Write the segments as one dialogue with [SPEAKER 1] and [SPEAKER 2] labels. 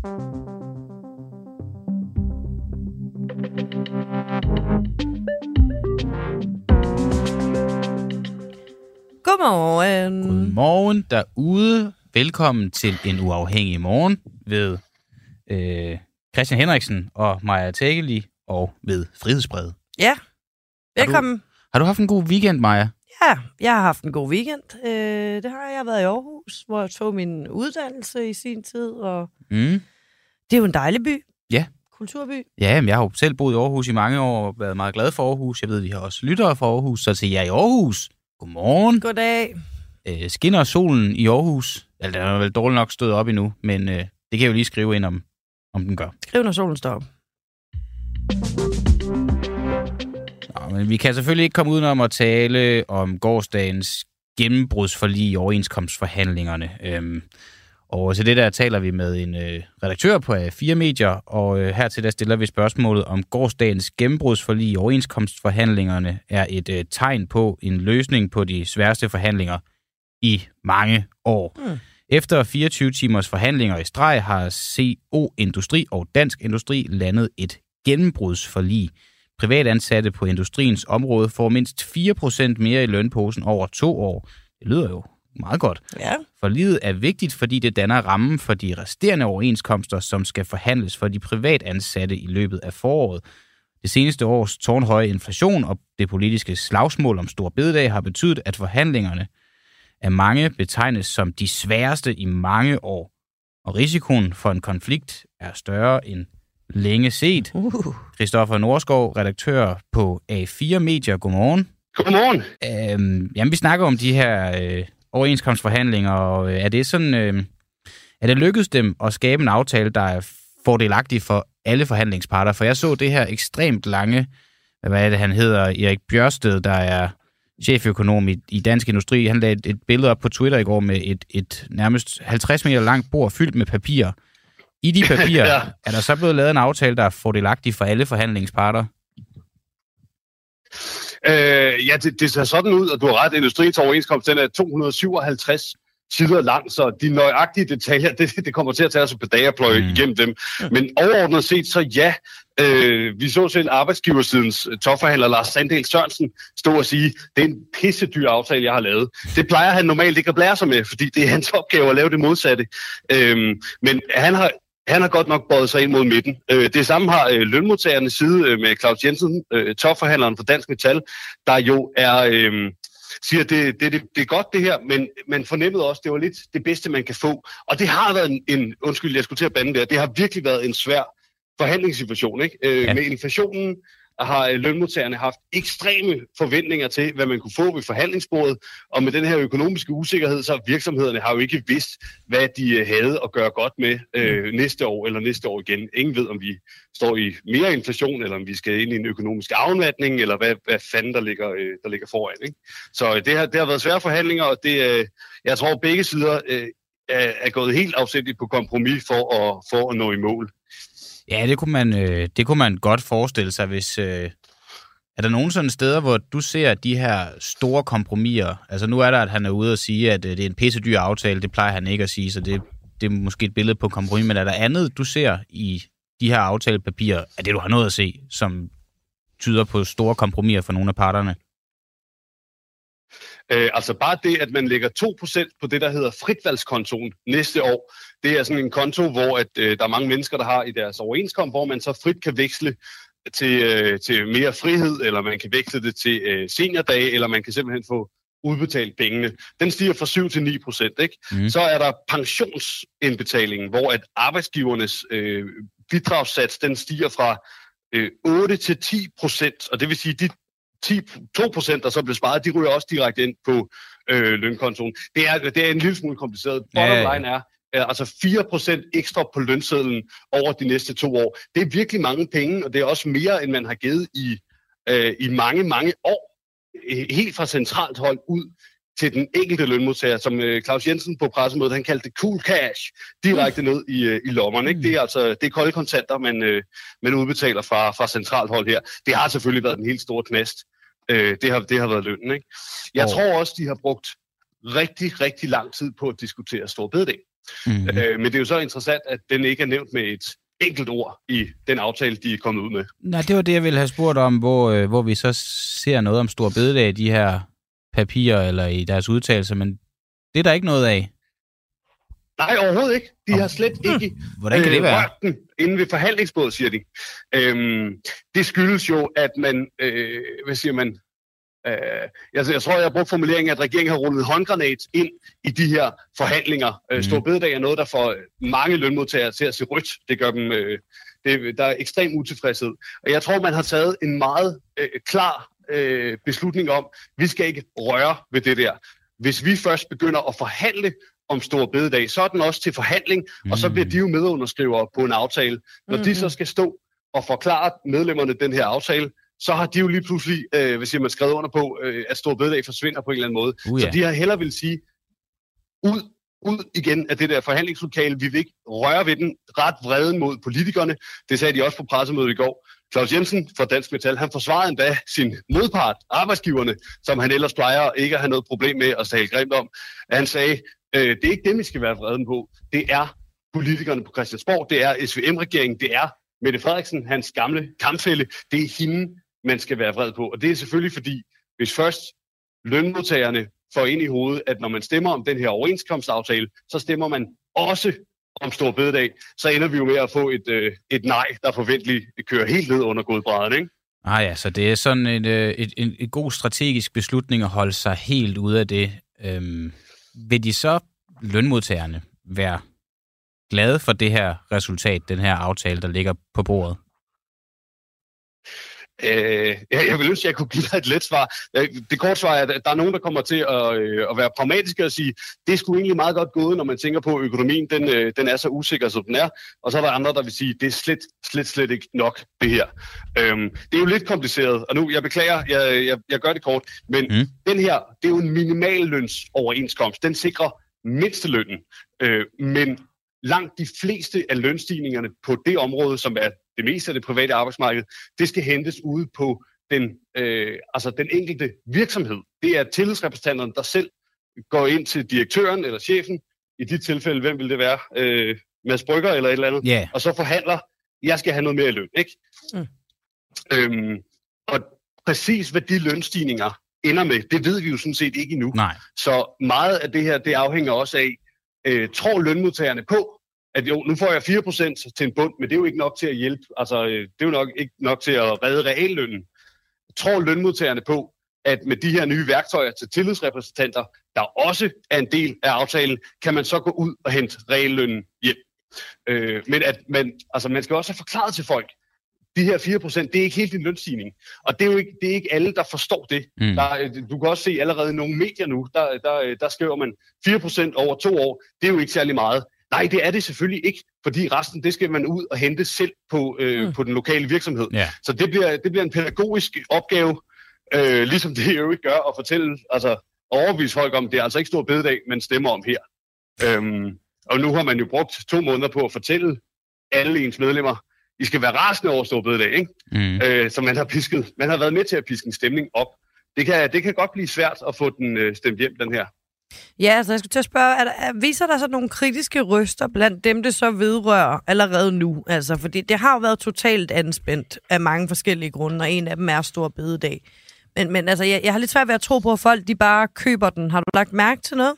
[SPEAKER 1] Godmorgen.
[SPEAKER 2] Godmorgen derude. Velkommen til En Uafhængig Morgen ved Christian Henriksen og Maja Tegeli og ved Frihedsbrevet.
[SPEAKER 1] Ja, velkommen.
[SPEAKER 2] Har du haft en god weekend, Maja?
[SPEAKER 1] Ja, jeg har haft en god weekend. Det har jeg været i Aarhus, hvor jeg tog min uddannelse i sin tid. Og det er jo en dejlig by.
[SPEAKER 2] Ja.
[SPEAKER 1] Kulturby.
[SPEAKER 2] Ja, men jeg har jo selv boet i Aarhus i mange år og været meget glad for Aarhus. Jeg ved, vi har også lyttere fra Aarhus, så til jer i Aarhus. Godmorgen.
[SPEAKER 1] Goddag.
[SPEAKER 2] Skinner solen i Aarhus? Altså, den er vel dårligt nok stået op endnu, men det kan jeg jo lige skrive ind om den gør.
[SPEAKER 1] Skriv, når solen står op.
[SPEAKER 2] Nå, men vi kan selvfølgelig ikke komme udenom at tale om gårsdagens gennembrudsforlig i overenskomstforhandlingerne. Og til det der taler vi med en redaktør på A4 Medier, og hertil der stiller vi spørgsmålet om gårsdagens gennembrudsforlig i overenskomstforhandlingerne er et tegn på en løsning på de sværeste forhandlinger i mange år. Efter 24 timers forhandlinger i streg har CO Industri og Dansk Industri landet et gennembrudsforlig. Privatansatte på industriens område får mindst 4% mere i lønposen over 2 år. Det lyder jo meget godt.
[SPEAKER 1] Ja.
[SPEAKER 2] Forliget er vigtigt, fordi det danner rammen for de resterende overenskomster, som skal forhandles for de privatansatte i løbet af foråret. Det seneste års tårnhøje inflation og det politiske slagsmål om Store Bededag har betydet, at forhandlingerne af mange betegnes som de sværeste i mange år. Og risikoen for en konflikt er større end længe set. Christoffer Nordskov, redaktør på A4 Medier. Godmorgen.
[SPEAKER 3] Godmorgen.
[SPEAKER 2] Jamen, vi snakker om de her overenskomstforhandlinger, og er det lykkedes dem at skabe en aftale, der er fordelagtig for alle forhandlingsparter? For jeg så det her ekstremt lange, hvad er det, han hedder, Erik Bjørsted, der er cheføkonom i Dansk Industri. Han lagde et billede op på Twitter i går med et nærmest 50 meter langt bord fyldt med papirer. I de papirer er der så blevet lavet en aftale, der er fordelagtig for alle forhandlingsparter?
[SPEAKER 3] Ja, det ser sådan ud, og du har ret, industriens overenskomst, den er 257 sider lang, så de nøjagtige detaljer, det kommer til at tage os på dage at pløje igennem dem. Men overordnet set, så ja, vi så selv arbejdsgiversidens topforhandler Lars Sandel Sørensen stå og sige, det er en pissedyr aftale, jeg har lavet. Det plejer han normalt ikke at blære sig med, fordi det er hans opgave at lave det modsatte. Men han har godt nok bøjet sig ind mod midten. Det samme har lønmodtagernes side med Claus Jensen, topforhandleren for Dansk Metal, der jo siger, det er godt det her, men man fornemmede også, det var lidt det bedste, man kan få. Og det har været undskyld, jeg skulle til at bande der, det har virkelig været en svær forhandlingssituation, ikke? Ja. Med inflationen har lønmodtagerne haft ekstreme forventninger til, hvad man kunne få ved forhandlingsbordet, og med den her økonomiske usikkerhed, så virksomhederne har jo ikke vidst, hvad de havde at gøre godt med næste år eller næste år igen. Ingen ved, om vi står i mere inflation, eller om vi skal ind i en økonomisk afmatning, eller hvad fanden der ligger foran. Ikke? Så det har været svære forhandlinger, og jeg tror, begge sider er gået helt afsindigt på kompromis for at nå i mål.
[SPEAKER 2] Ja, det kunne man godt forestille sig, hvis... Er der nogen sådan steder, hvor du ser de her store kompromiser? Altså nu er der, at han er ude og sige, at det er en pissedyr aftale. Det plejer han ikke at sige, så det er måske et billede på kompromis. Men er der andet, du ser i de her aftalepapirer, af det du har nået at se, som tyder på store kompromiser for nogle af parterne?
[SPEAKER 3] Altså bare det, at man lægger 2% på det, der hedder fritvalgskontoen næste år, det er sådan en konto, hvor der er mange mennesker, der har i deres overenskomst, hvor man så frit kan veksle til mere frihed, eller man kan veksle det til seniordage, eller man kan simpelthen få udbetalt pengene. Den stiger fra 7 til 9%, ikke? Så er der pensionsindbetalingen, hvor at arbejdsgivernes bidragssats, den stiger fra 8 til 10%, og det vil sige, de 2%, der så bliver sparet, de ryger også direkte ind på lønkontoen. Det er en lille smule kompliceret. Bottom line er, altså 4% ekstra på lønsedlen over de næste 2 år. Det er virkelig mange penge, og det er også mere, end man har givet i mange, mange år. Helt fra centralt hold ud til den enkelte lønmodtager, som Claus Jensen på pressemødet, han kaldte det cool cash, direkte ned i lommerne. Ikke? Det er kolde kontanter, man udbetaler fra centralt hold her. Det har selvfølgelig været en helt stor knast. Det har været lønnen. Ikke? Jeg tror også, de har brugt rigtig, rigtig lang tid på at diskutere Store Bededag. Men det er jo så interessant, at den ikke er nævnt med et enkelt ord i den aftale, de er kommet ud med.
[SPEAKER 2] Nej, det var det, jeg ville have spurgt om, hvor vi så ser noget om Store Bededag i de her papirer eller i deres udtalelser, men det er der ikke noget af.
[SPEAKER 3] Nej, overhovedet ikke. De har slet ikke
[SPEAKER 2] Hvordan kan det være?
[SPEAKER 3] rørt den inden ved forhandlingsbordet, siger de. Det skyldes jo, at man, hvad siger man, jeg tror, jeg har brugt formuleringen, at regeringen har rullet håndgranat ind i de her forhandlinger. Store Bededag er noget, der får mange lønmodtagere til at se rødt. Det gør dem, der er ekstrem utilfredshed. Og jeg tror, man har taget en meget klar beslutning om, vi skal ikke røre ved det der. Hvis vi først begynder at forhandle om Store Bededag, så er den også til forhandling, og så bliver de jo medunderskrivere på en aftale. Når de så skal stå og forklare medlemmerne den her aftale, så har de jo lige pludselig, skrevet under på, at Store Bededag forsvinder på en eller anden måde. Så de har hellere vil sige, ud igen af det der forhandlingslokale, vi vil ikke røre ved den, ret vrede mod politikerne. Det sagde de også på pressemødet i går. Claus Jensen fra Dansk Metal, han forsvarede endda sin modpart, arbejdsgiverne, som han ellers plejer ikke at have noget problem med at tale grimt om. Han sagde, det er ikke dem, vi skal være vreden på. Det er politikerne på Christiansborg, det er SVM-regeringen, det er Mette Frederiksen, hans gamle kampfælle. Det er hende, man skal være vred på. Og det er selvfølgelig fordi, hvis først lønmodtagerne får ind i hovedet, at når man stemmer om den her overenskomstaftale, så stemmer man også om Store Bededag, så ender vi jo med at få et nej, der forventeligt kører helt ned under godbrædderne, ikke?
[SPEAKER 2] Ja, så det er sådan en god strategisk beslutning at holde sig helt ude af det. Vil de så, lønmodtagerne, være glade for det her resultat, den her aftale, der ligger på bordet?
[SPEAKER 3] Jeg vil ønske, at jeg kunne give dig et let svar. Det korte svar er, at der er nogen, der kommer til at være pragmatiske og sige, det er sgu egentlig meget godt gået, når man tænker på, at økonomien den er så usikker, som den er. Og så er der andre, der vil sige, det er slet ikke nok, det her. Det er jo lidt kompliceret, og nu, jeg beklager, jeg gør det kort, men den her, det er jo en minimallønsoverenskomst. Den sikrer mindstelønnen, men langt de fleste af lønstigningerne på det område, som er det meste af det private arbejdsmarked, det skal hentes ude på den enkelte virksomhed. Det er tillidsrepræsentanterne, der selv går ind til direktøren eller chefen. I dit tilfælde, hvem vil det være? Mads Brygger eller et eller andet?
[SPEAKER 2] Yeah.
[SPEAKER 3] Og så forhandler, jeg skal have noget mere i løn, ikke? Og præcis hvad de lønstigninger ender med, det ved vi jo sådan set ikke endnu.
[SPEAKER 2] Nej.
[SPEAKER 3] Så meget af det her, det afhænger også af, tror lønmodtagerne på, at jo, nu får jeg 4% til en bund, men det er jo ikke nok til at hjælpe, altså det er jo nok ikke nok til at redde reallønnen. Tror lønmodtagerne på, at med de her nye værktøjer til tillidsrepræsentanter, der også er en del af aftalen, kan man så gå ud og hente reallønnen hjem. Men at man skal også have forklaret til folk, de her 4%, det er ikke helt en lønstigning. Og det er ikke alle, der forstår det. Du kan også se allerede i nogle medier nu, der skriver man 4% over 2 år, det er jo ikke særlig meget. Nej, det er det selvfølgelig ikke, fordi resten, det skal man ud og hente selv på den lokale virksomhed. Yeah. Så det bliver en pædagogisk opgave, ligesom det jo ikke gør, at fortælle, overbevise folk om, det er altså ikke Store Bededag, man stemmer om her. Og nu har man jo brugt 2 måneder på at fortælle alle ens medlemmer, I skal være rasende over Store Bededag, ikke? Så man har været med til at piske en stemning op. Det kan godt blive svært at få den stemt hjem, den her.
[SPEAKER 1] Ja, altså jeg skulle til at spørge, viser der så nogle kritiske røster blandt dem, det så vedrører allerede nu? Altså, fordi det har jo været totalt anspændt af mange forskellige grunde, og en af dem er Store Bededag. Men altså, jeg har lidt svært ved at tro på, at folk de bare køber den. Har du lagt mærke til noget?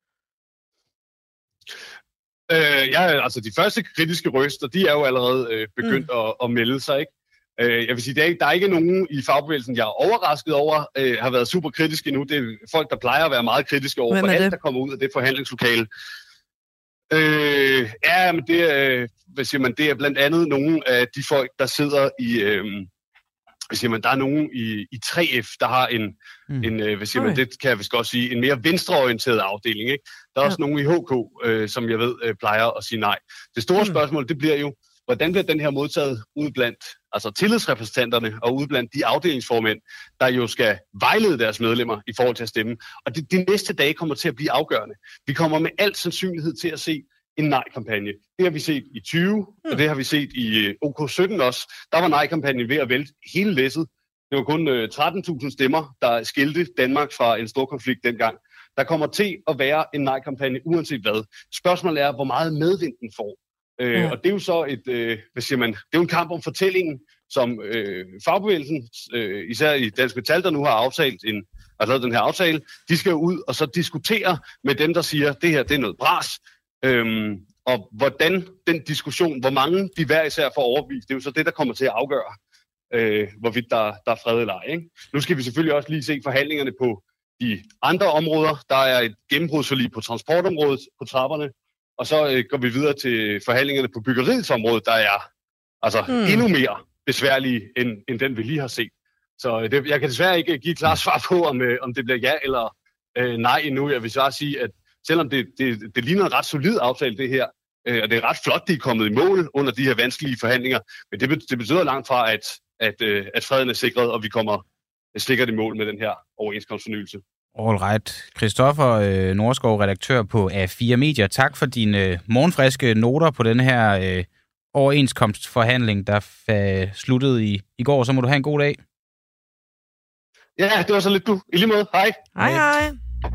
[SPEAKER 3] De første kritiske røster, de er jo allerede begyndt at melde sig, ikke? Jeg vil sige, der er ikke nogen i fagbevægelsen, jeg er overrasket over, har været super kritiske nu. Det er folk, der plejer at være meget kritiske over for alt, der kommer ud af det forhandlingslokale. Men det er blandt andet nogle af de folk, der sidder i... der er nogen i 3F, der har det kan jeg vist godt sige, en mere venstreorienteret afdeling, ikke? Der er også nogen i HK, som jeg ved plejer at sige nej. Det store spørgsmål, det bliver jo, hvordan bliver den her modtaget ud blandt tillidsrepræsentanterne og ud blandt de afdelingsformænd, der jo skal vejlede deres medlemmer i forhold til at stemme. Og de næste dage kommer til at blive afgørende. Vi kommer med al sandsynlighed til at se en nej-kampagne. Det har vi set i 20, og det har vi set i OK17 også. Der var nej-kampagnen ved at vælte hele læsset. Det var kun 13.000 stemmer, der skilte Danmark fra en stor konflikt dengang. Der kommer til at være en nej-kampagne, uanset hvad. Spørgsmålet er, hvor meget medvind den får. Og det er jo så hvad siger man, det er jo en kamp om fortællingen, som fagbevægelsen, især i Dansk Metal, der nu har lavet den her aftale, de skal jo ud og så diskutere med dem, der siger, det her det er noget bras. Og hvordan den diskussion, hvor mange de hver især får overbevist, det er jo så det, der kommer til at afgøre, hvorvidt der er fred eller ej. Ikke? Nu skal vi selvfølgelig også lige se forhandlingerne på de andre områder. Der er et gennembrudsforlig på transportområdet på trapperne, og så går vi videre til forhandlingerne på byggeriets område, der er endnu mere besværlige end den, vi lige har set. Så jeg kan desværre ikke give et klart svar på, om det bliver ja eller nej endnu. Jeg vil så sige, at selvom det ligner en ret solid aftale, det her, og det er ret flot, de er kommet i mål under de her vanskelige forhandlinger, men det betyder langt fra, at freden er sikret, og vi kommer sikkert i mål med den her overenskomstfornyelse.
[SPEAKER 2] All right. Christoffer Nordskov, redaktør på A4 Media. Tak for dine morgenfriske noter på den her overenskomstforhandling, der sluttede i går. Så må du have en god dag.
[SPEAKER 3] Ja, det var så lidt du. I lige måde. Hej.
[SPEAKER 1] Hej.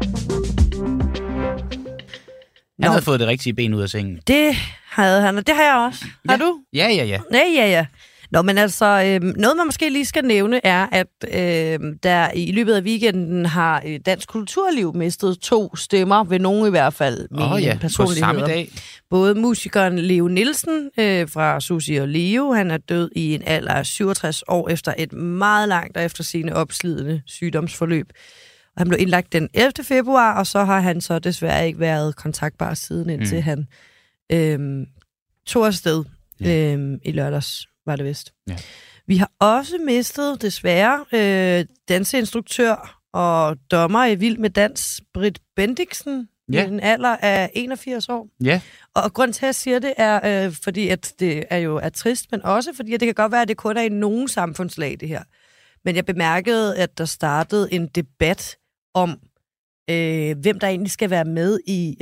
[SPEAKER 2] Han havde fået det rigtige ben ud af sengen.
[SPEAKER 1] Det havde han, og det har jeg også. Har du?
[SPEAKER 2] Ja.
[SPEAKER 1] Ja. Nå, men altså, noget man måske lige skal nævne er, at der i løbet af weekenden har Dansk Kulturliv mistet 2 stemmer, ved nogen i hvert fald, med personligheder.
[SPEAKER 2] På samme dag.
[SPEAKER 1] Både musikeren Leo Nielsen fra Susie og Leo, han er død i en alder af 67 år efter et meget langt og efter sine opslidende sygdomsforløb. Og han blev indlagt den 11. februar, og så har han så desværre ikke været kontaktbar siden, indtil han tog afsted i lørdags, var det vist. Ja. Vi har også mistet, desværre, danseinstruktør og dommer i Vild med Dans, Britt Bendiksen, i en alder af 81 år.
[SPEAKER 2] Ja.
[SPEAKER 1] Og grund til, at jeg siger det, er, fordi at det er trist, men også fordi, at det kan godt være, at det kun er i nogen samfundslag, det her. Men jeg bemærkede, at der startede en debat om, hvem der egentlig skal være med i,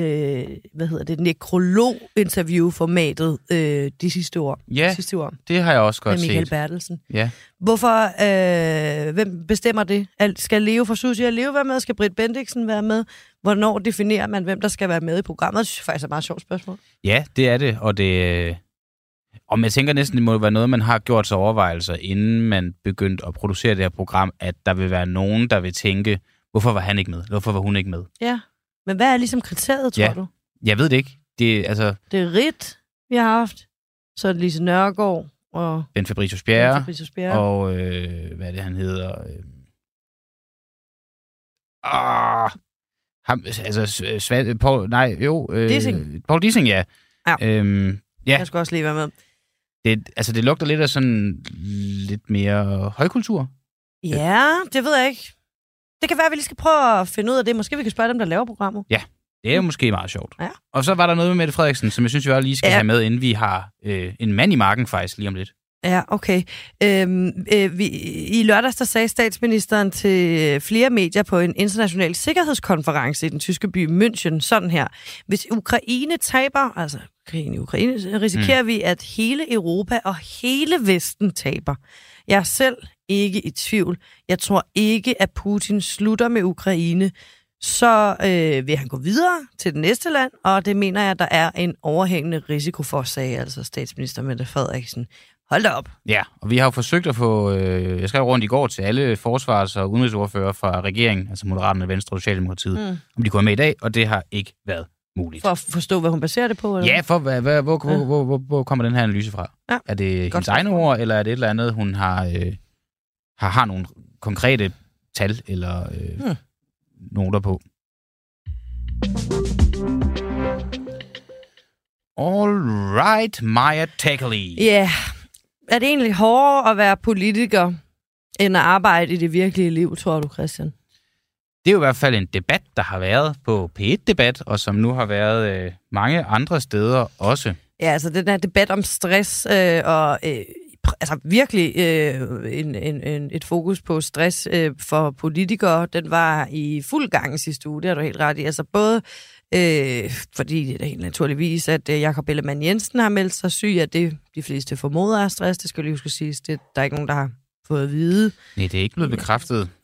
[SPEAKER 1] nekrolog-interview-formatet de sidste år.
[SPEAKER 2] Ja,
[SPEAKER 1] sidste år.
[SPEAKER 2] Det har jeg også godt set.
[SPEAKER 1] Michael Bertelsen.
[SPEAKER 2] Ja.
[SPEAKER 1] Hvorfor, hvem bestemmer det? Skal Leo fra Susie og Leo være med? Skal Britt Bendiksen være med? Hvornår definerer man, hvem der skal være med i programmet? Det synes jeg faktisk er et meget sjovt spørgsmål.
[SPEAKER 2] Ja, det er det, og jeg tænker næsten, det må være noget, man har gjort sig overvejelser, inden man begyndte at producere det her program, at der vil være nogen, der vil tænke, hvorfor var han ikke med? Hvorfor var hun ikke med?
[SPEAKER 1] Ja, men hvad er ligesom kriteriet, tror du?
[SPEAKER 2] Jeg ved det ikke. Det er
[SPEAKER 1] Rit, vi har haft. Så er det Lise Nørgaard og
[SPEAKER 2] Ben Fabricius Bjerre. Og hvad er det, han hedder?
[SPEAKER 1] Dissing.
[SPEAKER 2] Paul Dissing, ja.
[SPEAKER 1] Jeg skal også lige være med.
[SPEAKER 2] Det lugter lidt af sådan lidt mere højkultur.
[SPEAKER 1] Ja, det ved jeg ikke. Det kan være, at vi lige skal prøve at finde ud af det. Måske vi kan spørge dem, der laver programmet.
[SPEAKER 2] Ja, det er jo måske meget sjovt.
[SPEAKER 1] Ja.
[SPEAKER 2] Og så var der noget med Mette Frederiksen, som jeg synes, vi også lige skal have med, inden vi har en mand i marken faktisk lige om lidt.
[SPEAKER 1] Ja, okay. I lørdags, der sagde statsministeren til flere medier på en international sikkerhedskonference i den tyske by München sådan her. Hvis Ukraine taber, altså krigen i Ukraine, risikerer vi, at hele Europa og hele Vesten taber. Jeg er selv ikke i tvivl. Jeg tror ikke, at Putin slutter med Ukraine. Så vil han gå videre til det næste land, og det mener jeg, der er en overhængende risiko for, sagde altså statsminister Mette Frederiksen. Hold da op.
[SPEAKER 2] Ja, og vi har jo forsøgt at få, jeg skrev rundt i går til alle forsvars- og udenrigsordfører fra regeringen, altså Moderaterne, Venstre og Socialdemokratiet, om de kunne være med i dag, og det har ikke været muligt.
[SPEAKER 1] For at forstå, hvad hun baserer det på? Eller?
[SPEAKER 2] Ja, hvor kommer den her analyse fra? Ja. Er det hendes egne ord, eller er det et eller andet, hun har nogle konkrete tal eller noter på? All right, Maja Tekeli.
[SPEAKER 1] Ja, yeah. Er det egentlig hårdere at være politiker, end at arbejde i det virkelige liv, tror du, Christian?
[SPEAKER 2] Det er jo i hvert fald en debat, der har været på P1-debat, og som nu har været mange andre steder også.
[SPEAKER 1] Ja, altså den der debat om stress altså virkelig et fokus på stress for politikere, den var i fuld gang sidste uge, det har du helt ret i. Altså både fordi det er helt naturligvis, at Jakob Ellemann Jensen har meldt sig syg, at det de fleste formoder er stress, det skal lige huske at sige, der er ikke nogen, der har fået at vide.
[SPEAKER 2] Nej, det er ikke blevet bekræftet.
[SPEAKER 1] Nej.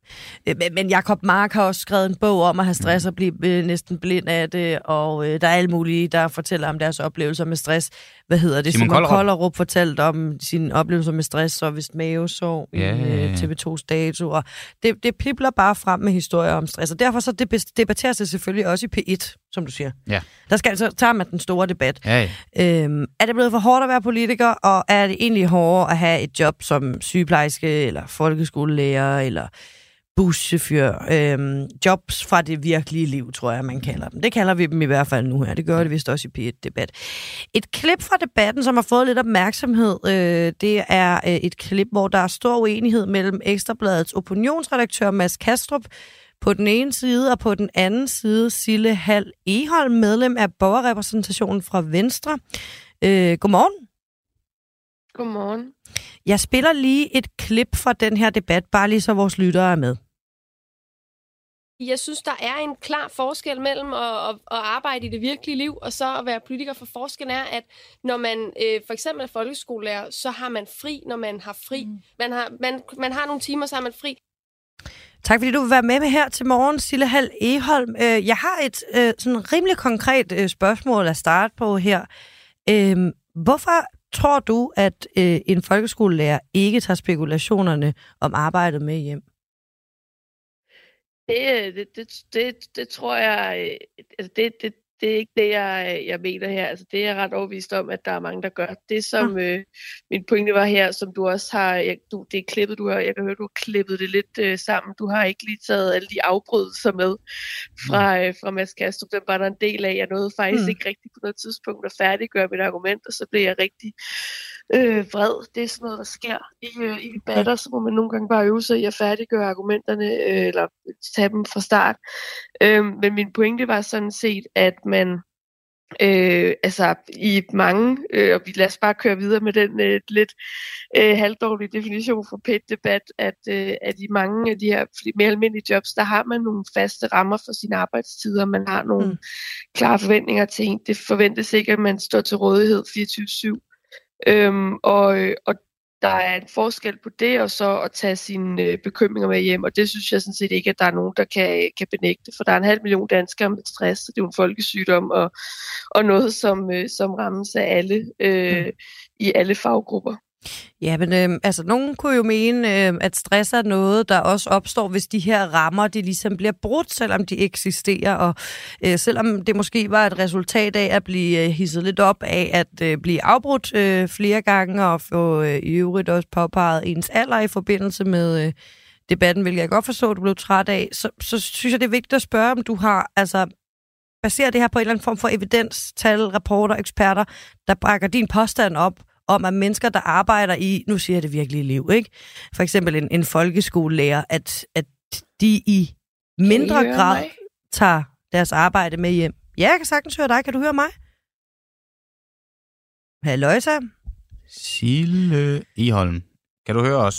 [SPEAKER 1] Men Jacob Mark har også skrevet en bog om at have stress og blive næsten blind af det, og der er alle mulige, der fortæller om deres oplevelser med stress. Hvad hedder det? Simon Kollerup fortalte om sine oplevelser med stress og vist mavesår i TV2's Dato. Og det pibler bare frem med historier om stress, og derfor så debatteres det selvfølgelig også i P1, som du siger.
[SPEAKER 2] Ja.
[SPEAKER 1] Der skal altså tage med den store debat.
[SPEAKER 2] Ja.
[SPEAKER 1] Er det blevet for hårdt at være politiker, og er det egentlig hårdere at have et job som sygeplejerske, eller folkeskolelærer, eller buschauffør? Jobs fra det virkelige liv, tror jeg, man kalder dem. Det kalder vi dem i hvert fald nu her. Det gør det vist også i P1-debat. Et klip fra debatten, som har fået lidt opmærksomhed, det er et klip, hvor der er stor uenighed mellem Ekstrabladets opinionsredaktør Mads Kastrup på den ene side, og på den anden side Sille Hald Egholm, medlem af borgerrepræsentationen fra Venstre. Godmorgen.
[SPEAKER 4] Godmorgen.
[SPEAKER 1] Jeg spiller lige et klip fra den her debat, bare lige så vores lyttere er med.
[SPEAKER 4] Jeg synes, der er en klar forskel mellem at arbejde i det virkelige liv, og så at være politiker. For forskellen er, at når man for eksempel er folkeskolelærer, så har man fri, når man har fri. Man har nogle timer, så har man fri.
[SPEAKER 1] Tak fordi du vil være med her til morgen, Sille Hald Egholm. Jeg har et sådan rimelig konkret spørgsmål at starte på her. Hvorfor tror du, at en folkeskolelærer ikke tager spekulationerne om arbejdet med hjem?
[SPEAKER 4] Det tror jeg, altså det er ikke det, jeg mener her. Altså det er jeg ret overbevist om, at der er mange, der gør. Det, som min pointe var her, som du også har, det er klippet, jeg kan høre, du har klippet det lidt sammen. Du har ikke lige taget alle de afbrydelser med fra Mads Kastrup. Den var der en del af. Jeg nåede faktisk ikke rigtig på noget tidspunkt at færdiggøre mit argument, og så blev jeg rigtig vred. Det er sådan noget, der sker i debatter, så må man nogle gange bare øve sig i at færdiggøre argumenterne, eller tage dem fra start. Men min pointe var sådan set, at man altså i mange, og vi lader os bare køre videre med den lidt halvdårlige definition for PET-debat, at i mange af de her mere almindelige jobs, der har man nogle faste rammer for sine arbejdstider, man har nogle klare forventninger til en. Det forventes ikke, at man står til rådighed 24/7. Og der er en forskel på det, og så at tage sine bekymringer med hjem, og det synes jeg sådan set ikke, at der er nogen, der kan benægte, for der er 500.000 danskere med stress, så det er jo en folkesygdom, og noget, som rammes af alle i alle faggrupper.
[SPEAKER 1] Ja, men altså, nogen kunne jo mene, at stress er noget, der også opstår, hvis de her rammer, de ligesom bliver brudt, selvom de eksisterer, og selvom det måske var et resultat af at blive hisset lidt op af at blive afbrudt flere gange, og få i øvrigt også påpeget ens alder i forbindelse med debatten, hvilket jeg godt forstå, at du blev træt af, så synes jeg, det er vigtigt at spørge, om du har baseret det her på en eller anden form for evidens, tal, rapporter, eksperter, der brækker din påstand op, om at mennesker, der arbejder i, nu siger jeg det virkelige liv, ikke? For eksempel en folkeskolelærer, at de i mindre grad tager deres arbejde med hjem. Ja, jeg kan sagtens høre dig. Kan du høre mig? Halløjsa.
[SPEAKER 2] Sille Egholm. Kan du høre os?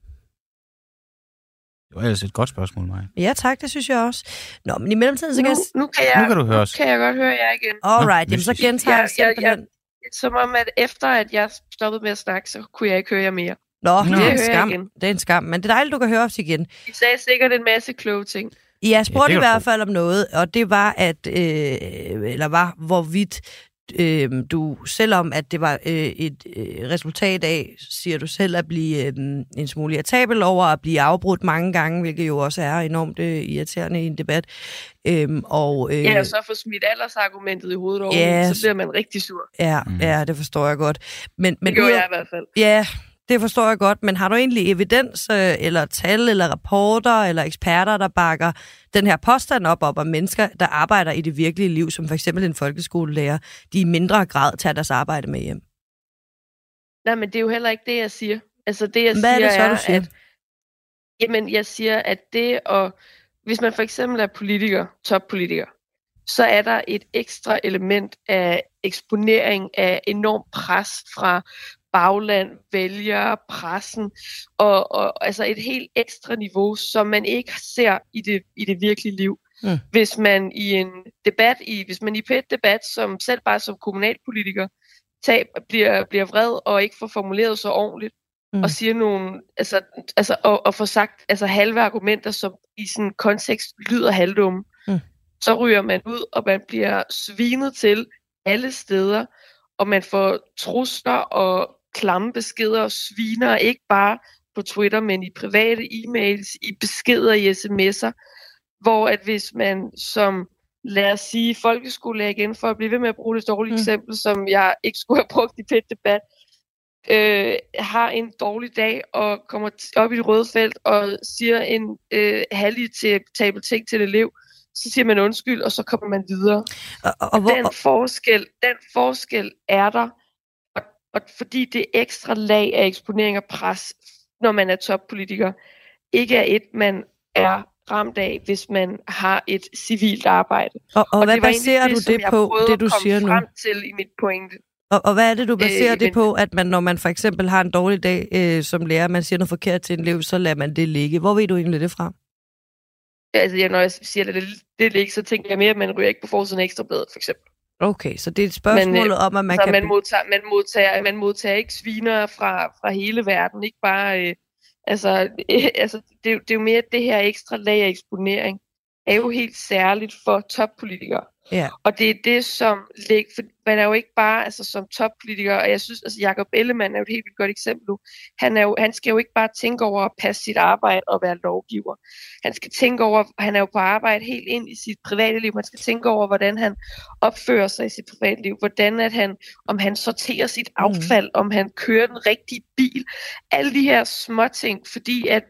[SPEAKER 2] Det var ellers et godt spørgsmål, Maja.
[SPEAKER 1] Ja, tak. Det synes jeg også. Nå, men i mellemtiden, så
[SPEAKER 4] nu
[SPEAKER 2] kan du høre os.
[SPEAKER 4] Kan jeg godt høre jer igen.
[SPEAKER 1] Alright, jamen så gentager jeg simpelthen.
[SPEAKER 4] Som om, at efter at jeg stoppede med at snakke, så kunne jeg ikke høre jer mere.
[SPEAKER 1] Nå, det er en skam. Det er en skam, men det er dejligt, du kan høre os igen.
[SPEAKER 4] I sagde sikkert en masse kloge ting.
[SPEAKER 1] Jeg spurgte i hvert fald om noget, og det var, hvorvidt du, selvom at det var et resultat af, siger du selv, at blive en smule irritabel over at blive afbrudt mange gange, hvilket jo også er enormt irriterende i en debat. Og
[SPEAKER 4] så få smidt aldersargumentet i hovedet over, så bliver man rigtig sur.
[SPEAKER 1] Ja, det forstår jeg godt. Men
[SPEAKER 4] det gjorde jeg i hvert fald.
[SPEAKER 1] Ja, det forstår jeg godt, men har du egentlig evidens, eller tal, eller rapporter, eller eksperter, der bakker den her påstand op om mennesker, der arbejder i det virkelige liv, som for eksempel en folkeskolelærer, de i mindre grad tager deres arbejde med hjem?
[SPEAKER 4] Nej, men det er jo heller ikke det, jeg siger. Altså det, jeg
[SPEAKER 1] Hvad
[SPEAKER 4] siger,
[SPEAKER 1] er det så, du siger?
[SPEAKER 4] Jeg siger, at det at, hvis man for eksempel er politiker, toppolitiker, så er der et ekstra element af eksponering af enorm pres fra bagland, vælgere, pressen, og altså et helt ekstra niveau, som man ikke ser i det virkelige liv. Hvis man i en debat, hvis man i PET-debat, som selv bare som kommunalpolitiker, bliver vred og ikke får formuleret så ordentligt, og siger nogle, og får sagt halve argumenter, som i sådan en kontekst lyder halvdumme, så ryger man ud, og man bliver svinet til alle steder, og man får trusler og klamme beskeder og sviner, ikke bare på Twitter, men i private e-mails, i beskeder, i sms'er, hvor at hvis man som, lad os sige, folkeskolelærer igen, for at blive ved med at bruge det dårlige eksempel, som jeg ikke skulle have brugt i PET-debat, har en dårlig dag og kommer op i det røde felt og siger en halvtabel ting til et elev, så siger man undskyld, og så kommer man videre. Og den forskel er der, og fordi det ekstra lag af eksponering og pres, når man er toppolitiker, ikke er et, man er ramt af, hvis man har et civilt arbejde.
[SPEAKER 1] Og hvad baserer du det på, det du siger nu?
[SPEAKER 4] Frem til i mit pointe.
[SPEAKER 1] Og hvad er det, du baserer det på, at man, når man for eksempel har en dårlig dag som lærer, man siger noget forkert til en elev, så lader man det ligge? Hvor ved du egentlig det fra?
[SPEAKER 4] Altså, når jeg siger det ligge, så tænker jeg mere, at man ryger ikke på forsiden af Ekstrabladet, for eksempel.
[SPEAKER 1] Okay, så det er et spørgsmål om, at man kan...
[SPEAKER 4] Man modtager ikke sviner fra hele verden, ikke bare... det er jo mere det her ekstra lag af eksponering, er jo helt særligt for toppolitikere.
[SPEAKER 1] Ja.
[SPEAKER 4] Og det er det, som for man er jo ikke bare som toppolitiker, og jeg synes, Jakob Ellemann er jo et helt vildt godt eksempel nu. Han skal jo ikke bare tænke over at passe sit arbejde og være lovgiver. Han skal tænke over, han er jo på arbejde helt ind i sit private liv. Han skal tænke over, hvordan han opfører sig i sit private liv, hvordan om han sorterer sit affald, om han kører den rigtige bil. Alle de her små ting, fordi at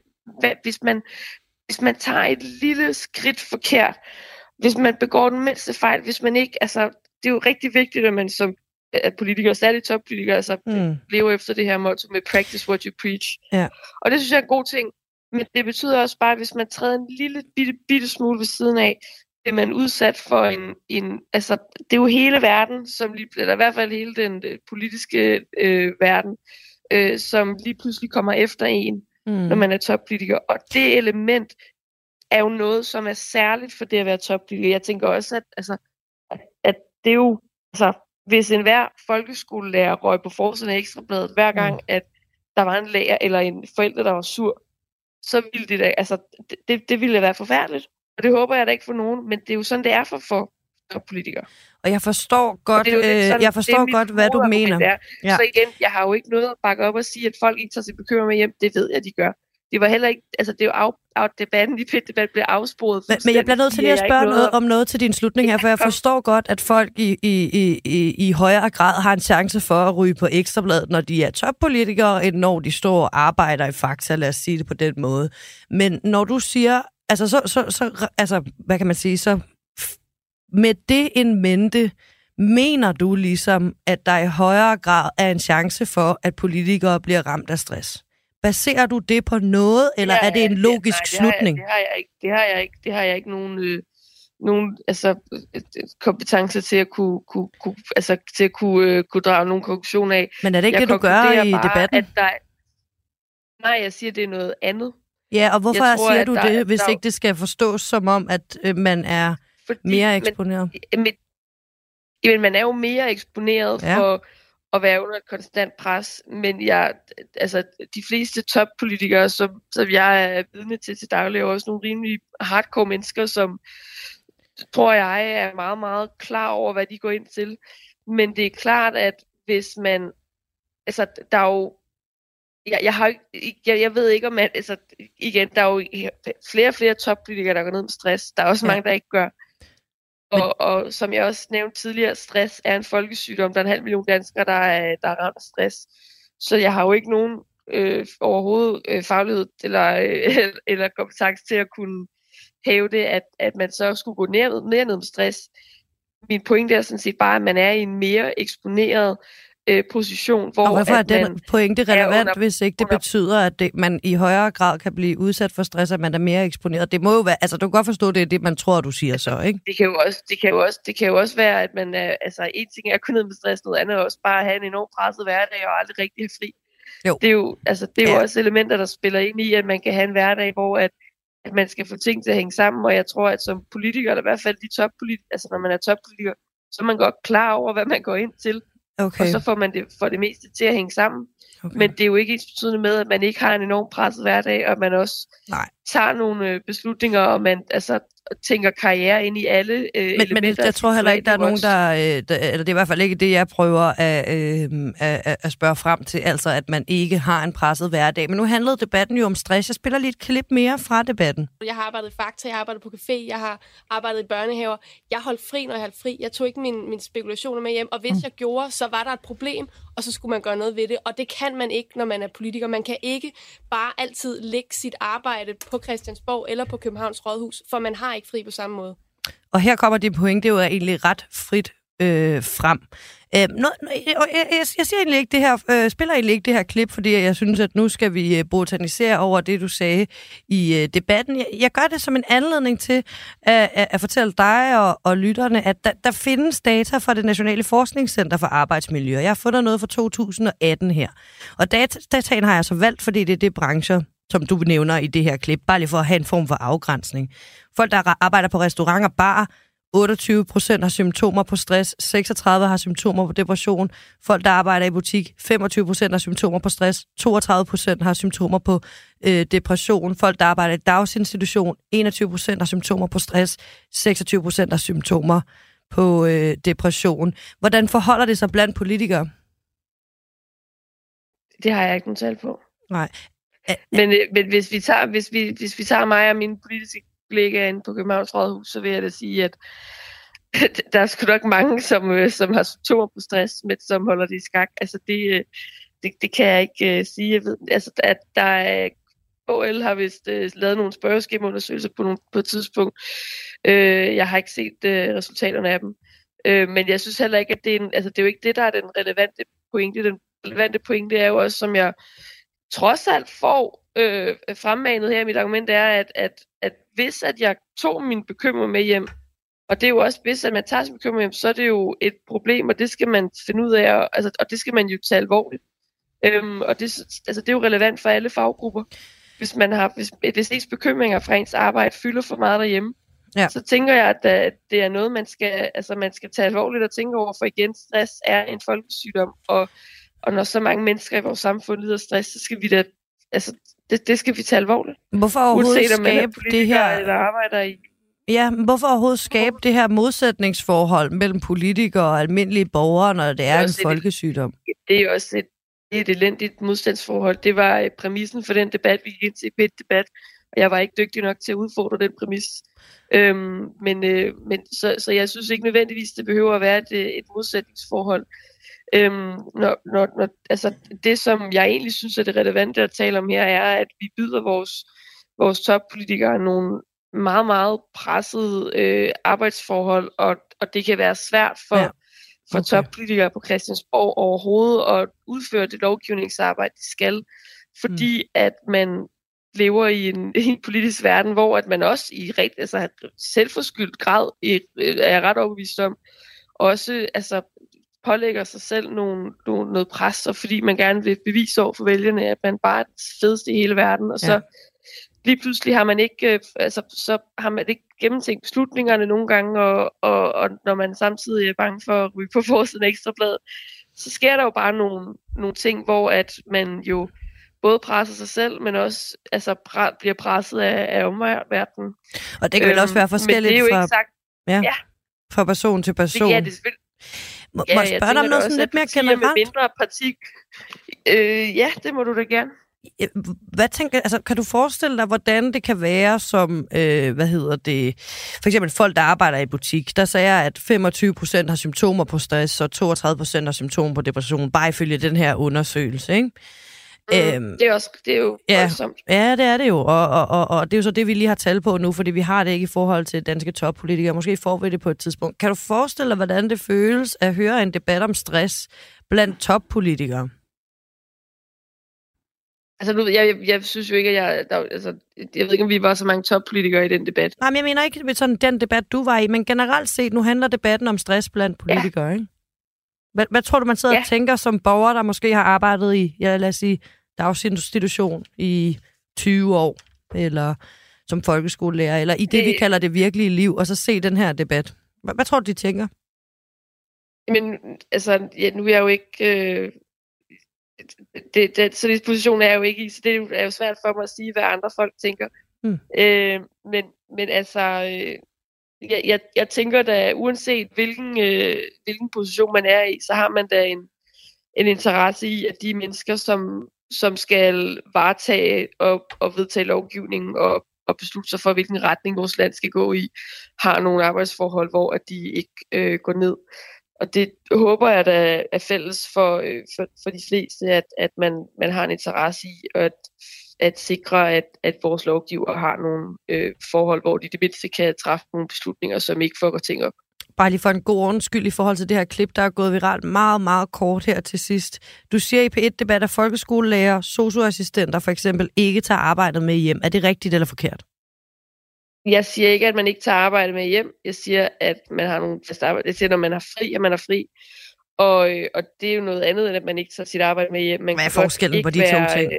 [SPEAKER 4] hvis man tager et lille skridt forkert, hvis man begår den mindste fejl, hvis man ikke, det er jo rigtig vigtigt, at man som politiker, særligt toppolitiker, lever efter det her motto med practice what you preach.
[SPEAKER 1] Ja.
[SPEAKER 4] Og det synes jeg er en god ting, men det betyder også bare, at hvis man træder en lille bitte smule ved siden af, er man udsat for det er jo hele verden, eller i hvert fald hele den politiske verden, som lige pludselig kommer efter en, når man er toppolitiker. Og det element er jo noget, som er særligt for det at være toppolitiker. Jeg tænker også, at det er jo, hvis enhver folkeskolelærer røg på forsiden af Ekstrabladet, hver gang, at der var en lærer eller en forælder, der var sur, så ville det da, det ville være forfærdeligt. Og det håber jeg da ikke for nogen, men det er jo sådan, det er for politikere.
[SPEAKER 1] Og jeg forstår godt, hvad du mener.
[SPEAKER 4] Ja. Så igen, jeg har jo ikke noget at bakke op og sige, at folk ikke tager sig bekymring med hjem. Det ved jeg, de gør. Det var heller ikke, det er jo debatten i PET-debat blev afsporet.
[SPEAKER 1] Men jeg bliver nødt til lige at spørge om noget til din slutning her, for jeg forstår godt, at folk i højere grad har en chance for at ryge på Ekstrabladet, når de er toppolitikere, end når de står og arbejder i Fakta, lad os sige det på den måde. Men når du siger, hvad kan man sige, så med det in mente, mener du ligesom, at der i højere grad er en chance for, at politikere bliver ramt af stress? Baserer du det på noget, eller er det en logisk slutning?
[SPEAKER 4] Det har jeg ikke nogen kompetence til at kunne drage nogle konklusioner af.
[SPEAKER 1] Men er det ikke det, du gør i debatten?
[SPEAKER 4] Nej, jeg siger, det er noget andet.
[SPEAKER 1] Ja, og hvorfor siger du det, hvis ikke det skal forstås som om, at man er mere eksponeret?
[SPEAKER 4] Men man er jo mere eksponeret for at være under et konstant pres, men de fleste toppolitikere, som jeg er vidne til daglig, er også nogle rimelig hardcore mennesker, som tror jeg er meget, meget klar over, hvad de går ind til. Men det er klart, at hvis man, der er jo, jeg ved ikke om, igen, der er jo flere og flere toppolitikere, der går ned med stress. Der er også mange, der ikke gør. Og som jeg også nævnte tidligere, stress er en folkesygdom. Der er 500.000 danskere, der er ramt af stress. Så jeg har jo ikke nogen overhovedet faglighed eller kompetence til at kunne hæve det, at man så skulle gå ned med stress. Min pointe er sådan set bare, at man er i en mere eksponeret position, hvor...
[SPEAKER 1] Og hvorfor er den pointe relevant, hvis ikke det betyder, at man i højere grad kan blive udsat for stress, at man er mere eksponeret? Det må jo være... du kan godt forstå, det er det, man tror, du siger så, ikke?
[SPEAKER 4] Det kan jo også være, at man... en ting er at kunne ned med stress, noget andet er også bare at have en enormt presset hverdag og aldrig rigtig have fri. Jo. Det er jo også elementer, der spiller ind i, at man kan have en hverdag, hvor at man skal få ting til at hænge sammen, og jeg tror, at som politiker, eller i hvert fald de toppolitikere, når man er toppolitiker, så er man godt klar over, hvad man går ind til.
[SPEAKER 1] Okay.
[SPEAKER 4] Og så får man det for det meste til at hænge sammen.
[SPEAKER 1] Okay.
[SPEAKER 4] Men det er jo ikke ensbetydende med, at man ikke har en enorm presset hverdag, og man også tager nogle beslutninger, og man tænker karriere ind i alle elementer.
[SPEAKER 1] Men jeg tror heller ikke, der er nogen, eller det er i hvert fald ikke det, jeg prøver at spørge frem til, altså at man ikke har en presset hverdag. Men nu handlede debatten jo om stress. Jeg spiller lige et klip mere fra debatten.
[SPEAKER 5] Jeg har arbejdet i Fakta, jeg har arbejdet på café, jeg har arbejdet i børnehaver. Jeg holdt fri, når jeg holdt fri. Jeg tog ikke mine spekulationer med hjem, og hvis jeg gjorde, så var der et problem, og så skulle man gøre noget ved det. Og det kan man ikke, når man er politiker. Man kan ikke bare altid lægge sit arbejde på Christiansborg eller på Københavns Rådhus, for man har ikke fri på samme måde. Og
[SPEAKER 1] her kommer det point, det er jo egentlig ret frit frem. Jeg siger egentlig ikke det her, spiller egentlig ikke det her klip, fordi jeg synes, at nu skal vi botanisere over det, du sagde i debatten. Jeg gør det som en anledning til at fortælle dig og lytterne, at der findes data fra det Nationale Forskningscenter for Arbejdsmiljø. Jeg har fundet noget fra 2018 her. Og dataen har jeg så valgt, fordi det er det brancher, som du nævner i det her klip, bare lige for at have en form for afgrænsning. Folk, der arbejder på restauranter, bar, 28% har symptomer på stress, 36% har symptomer på depression. Folk, der arbejder i butik, 25% har symptomer på stress, 32% har symptomer på depression. Folk, der arbejder i dagsinstitution, 21% har symptomer på stress, 26% har symptomer på depression. Hvordan forholder det sig blandt politikere?
[SPEAKER 4] Det har jeg ikke nogen tal på.
[SPEAKER 1] Nej.
[SPEAKER 4] Men hvis vi tager mig og mine politiske kollegaer inde på Københavns Rådhus, så vil jeg da sige, at der er sgu nok mange, som har symptomer på stress, men som holder det i skak. Altså det kan jeg ikke sige. Jeg ved, altså, at der er KL har vist lavet nogle spørgeskemaundersøgelser på et tidspunkt. Jeg har ikke set resultaterne af dem. Men jeg synes heller ikke, at det er jo ikke det, der er den relevante pointe. Den relevante pointe er jo også, som jeg trods alt får fremmanet her i mit argument, er, at hvis at jeg tog min bekymring med hjem, og det er jo også, hvis at man tager sin bekymring hjem, så er det jo et problem, og det skal man finde ud af, og det skal man jo tage alvorligt. Og det er jo relevant for alle faggrupper. Hvis ens bekymringer fra ens arbejde fylder for meget derhjemme, så tænker jeg, at det er noget, man skal tage alvorligt og tænke over, for igen, stress er en folkesygdom, og når så mange mennesker i vores samfund lider stress, så skal vi da, det skal vi tage alvorligt.
[SPEAKER 1] Hvorfor overhovedet
[SPEAKER 4] uanset, om man er
[SPEAKER 1] skabe det her
[SPEAKER 4] eller arbejder i?
[SPEAKER 1] Ja, men hvorfor overhovedet skabe det her modsætningsforhold mellem politikere og almindelige borgere, når det er en folkesygdom?
[SPEAKER 4] Det er jo også et elendigt modstandsforhold. Det var præmissen for den debat, vi gik ind til i debat, og jeg var ikke dygtig nok til at udfordre den præmis. Så jeg synes ikke nødvendigvis, det behøver at være et modsætningsforhold. Det, som jeg egentlig synes er det relevante at tale om her, er, at vi byder vores toppolitikere nogle meget, meget pressede arbejdsforhold, og det kan være svært for toppolitikere på Christiansborg overhovedet at udføre det lovgivningsarbejde, de skal, fordi at man lever i en politisk verden, hvor at man også i selvforskyldt grad, er jeg ret overbevist om, også pålægger sig selv noget pres, og fordi man gerne vil bevise over for vælgerne, at man bare er den fedeste i hele verden, og så lige pludselig har man ikke, så har man ikke gennemtænkt beslutningerne nogle gange, og når man samtidig er bange for at ryge på forsiden af Ekstrabladet, så sker der jo bare nogle ting, hvor at man jo både presser sig selv, men også bliver presset af omverdenen.
[SPEAKER 1] Og det kan vel også være forskelligt
[SPEAKER 4] men det er jo ikke sagt,
[SPEAKER 1] fra person til person.
[SPEAKER 4] Ja, det er selvfølgelig.
[SPEAKER 1] Må jeg spørge dig om noget sådan lidt mere generelt?
[SPEAKER 4] Med mindre parti. Det må du da gerne.
[SPEAKER 1] Kan du forestille dig, hvordan det kan være som, for eksempel folk, der arbejder i butik, der siger, at 25% har symptomer på stress, og 32% har symptomer på depression, bare ifølge den her undersøgelse, ikke?
[SPEAKER 4] Det er jo voldsomt.
[SPEAKER 1] Ja, det er det jo, og det er jo så det, vi lige har tal på nu, fordi vi har det ikke i forhold til danske toppolitikere. Måske får vi det på et tidspunkt. Kan du forestille dig, hvordan det føles at høre en debat om stress blandt toppolitikere?
[SPEAKER 4] Jeg synes jo ikke, at jeg ved ikke, om vi var så mange toppolitikere i den debat.
[SPEAKER 1] Nej, men jeg mener ikke med sådan den debat, du var i, men generelt set, nu handler debatten om stress blandt politikere, ikke? Hvad tror du, man sidder og tænker som borger, der måske har arbejdet i, lad os sige, dagsinstitution i 20 år, eller som folkeskolelærer, eller i det, vi kalder det virkelige liv, og så se den her debat? Hvad tror du, de tænker?
[SPEAKER 4] Men altså, nu er jeg jo ikke... så det position er jeg jo ikke i, så det er jo svært for mig at sige, hvad andre folk tænker. Men altså, jeg tænker da, uanset hvilken position man er i, så har man da en interesse i, at de mennesker, som skal varetage og vedtage lovgivningen og beslutte sig for, hvilken retning vores land skal gå i, har nogle arbejdsforhold, hvor at de ikke går ned. Og det håber jeg da er fælles for de fleste, at man har en interesse i at sikre, at vores lovgiver har nogle forhold, hvor de det mindste kan træffe nogle beslutninger, som ikke fucker ting op.
[SPEAKER 1] Bare lige for en god ordens skyld i forhold til det her klip, der er gået viralt meget, meget kort her til sidst. Du siger i P1-debat, at folkeskolelærer, sosu-assistenter for eksempel ikke tager arbejdet med hjem. Er det rigtigt eller forkert?
[SPEAKER 4] Jeg siger ikke, at man ikke tager arbejde med hjem. Jeg siger, at man har nogle fast arbejde. Jeg siger, når man har fri, at man er fri. Og det er jo noget andet, end at man ikke tager sit arbejde med hjem.
[SPEAKER 1] Hvad er forskellen på de to ting?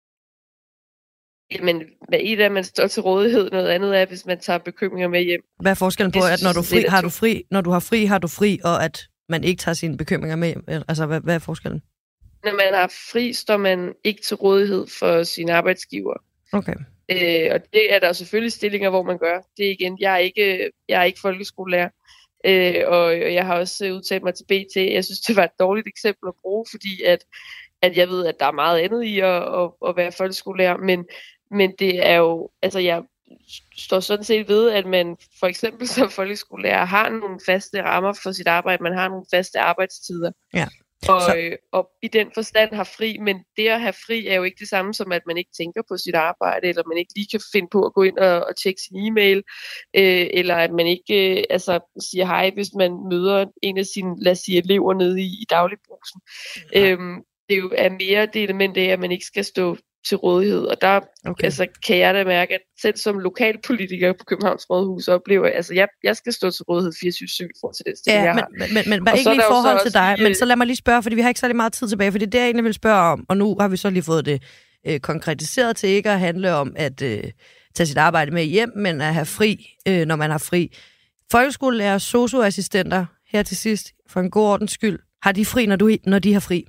[SPEAKER 4] Jamen, hvad et er, at man står til rådighed, noget andet er, hvis man tager bekymringer med hjem.
[SPEAKER 1] Hvad er forskellen på, at når du har fri, og at man ikke tager sine bekymringer med hjem? Altså, hvad er forskellen?
[SPEAKER 4] Når man har fri, står man ikke til rådighed for sine arbejdsgiver.
[SPEAKER 1] Okay.
[SPEAKER 4] Og det er der selvfølgelig stillinger, hvor man gør. Det er igen, jeg er ikke folkeskolelærer. Og jeg har også udtalt mig til BT. Jeg synes, det var et dårligt eksempel at bruge, fordi at jeg ved, at der er meget andet i at være folkeskolelærer. Men det er jo, altså jeg står sådan set ved, at man for eksempel som folkeskolelærer har nogle faste rammer for sit arbejde. Man har nogle faste arbejdstider. Ja. Og i den forstand har fri, men det at have fri er jo ikke det samme som, at man ikke tænker på sit arbejde, eller man ikke lige kan finde på at gå ind og tjekke sin e-mail, eller at man ikke siger hej, hvis man møder en af sine, lad os sige, elever nede i dagligbrusen. Det jo er mere det element af, at man ikke skal stå til rådighed, og der kan jeg da mærke, at selv som lokalpolitiker på Københavns Rådhus oplever, jeg skal stå til rådighed 24/7 for til det sted, jeg har.
[SPEAKER 1] Men bare ikke lige i forhold til dig, men så lad mig lige spørge, fordi vi har ikke særlig meget tid tilbage, fordi det jeg egentlig vil spørge om, og nu har vi så lige fået det konkretiseret til ikke at handle om at tage sit arbejde med hjem, men at have fri, når man har fri. Folkeskolelærer, sosu-assistenter, her til sidst, for en god ordens skyld, har de fri, når de har fri?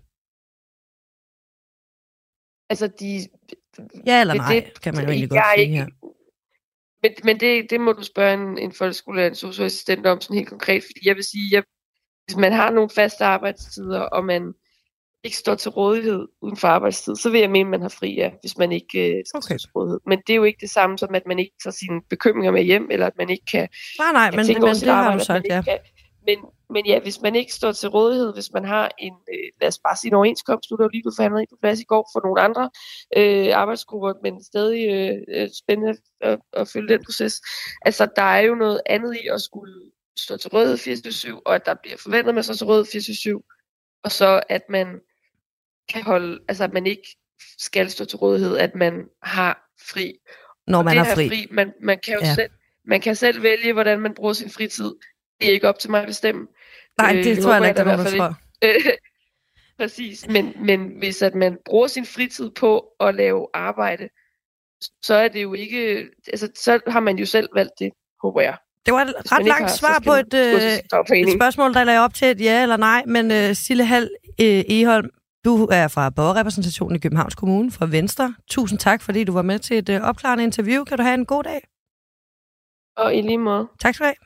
[SPEAKER 4] Altså
[SPEAKER 1] ja eller nej, kan man jo egentlig godt sige her.
[SPEAKER 4] Men det må du spørge en folkeskolelærer, en sosu-assistent om sådan helt konkret, fordi jeg vil sige, hvis man har nogle faste arbejdstider, og man ikke står til rådighed uden for arbejdstid, så vil jeg mene, at man har fri, hvis man ikke står til rådighed. Men det er jo ikke det samme som, at man ikke tager sine bekymringer med hjem, eller at man ikke kan...
[SPEAKER 1] Nej, men det har du sagt, ja.
[SPEAKER 4] Men ja, hvis man ikke står til rådighed, hvis man har en, lad os bare sige en overenskomst, nu er der jo lige blevet forhandlet på plads i går for nogle andre arbejdsgrupper, men stadig spændende at følge den proces. Altså, der er jo noget andet i at skulle stå til rådighed 24/7, og at der bliver forventet, at man står til rådighed 24/7, og så at man kan holde, altså at man ikke skal stå til rådighed, at man har fri.
[SPEAKER 1] Når man har fri.
[SPEAKER 4] Man kan jo man kan selv vælge, hvordan man bruger sin fritid. Det er ikke op til mig at bestemme.
[SPEAKER 1] Nej, det tror jeg ikke, der er nogen, der tror.
[SPEAKER 4] Præcis, men hvis at man bruger sin fritid på at lave arbejde, så er det jo ikke, altså så har man jo selv valgt det, håber jeg.
[SPEAKER 1] Det var et ret langt svar på et spørgsmål, der lagde op til et ja eller nej, men Sille Hald Egholm, du er fra borgerrepræsentationen i Københavns Kommune fra Venstre. Tusind tak, fordi du var med til et opklarende interview. Kan du have en god dag?
[SPEAKER 4] Og i lige måde.
[SPEAKER 1] Tak skal du have.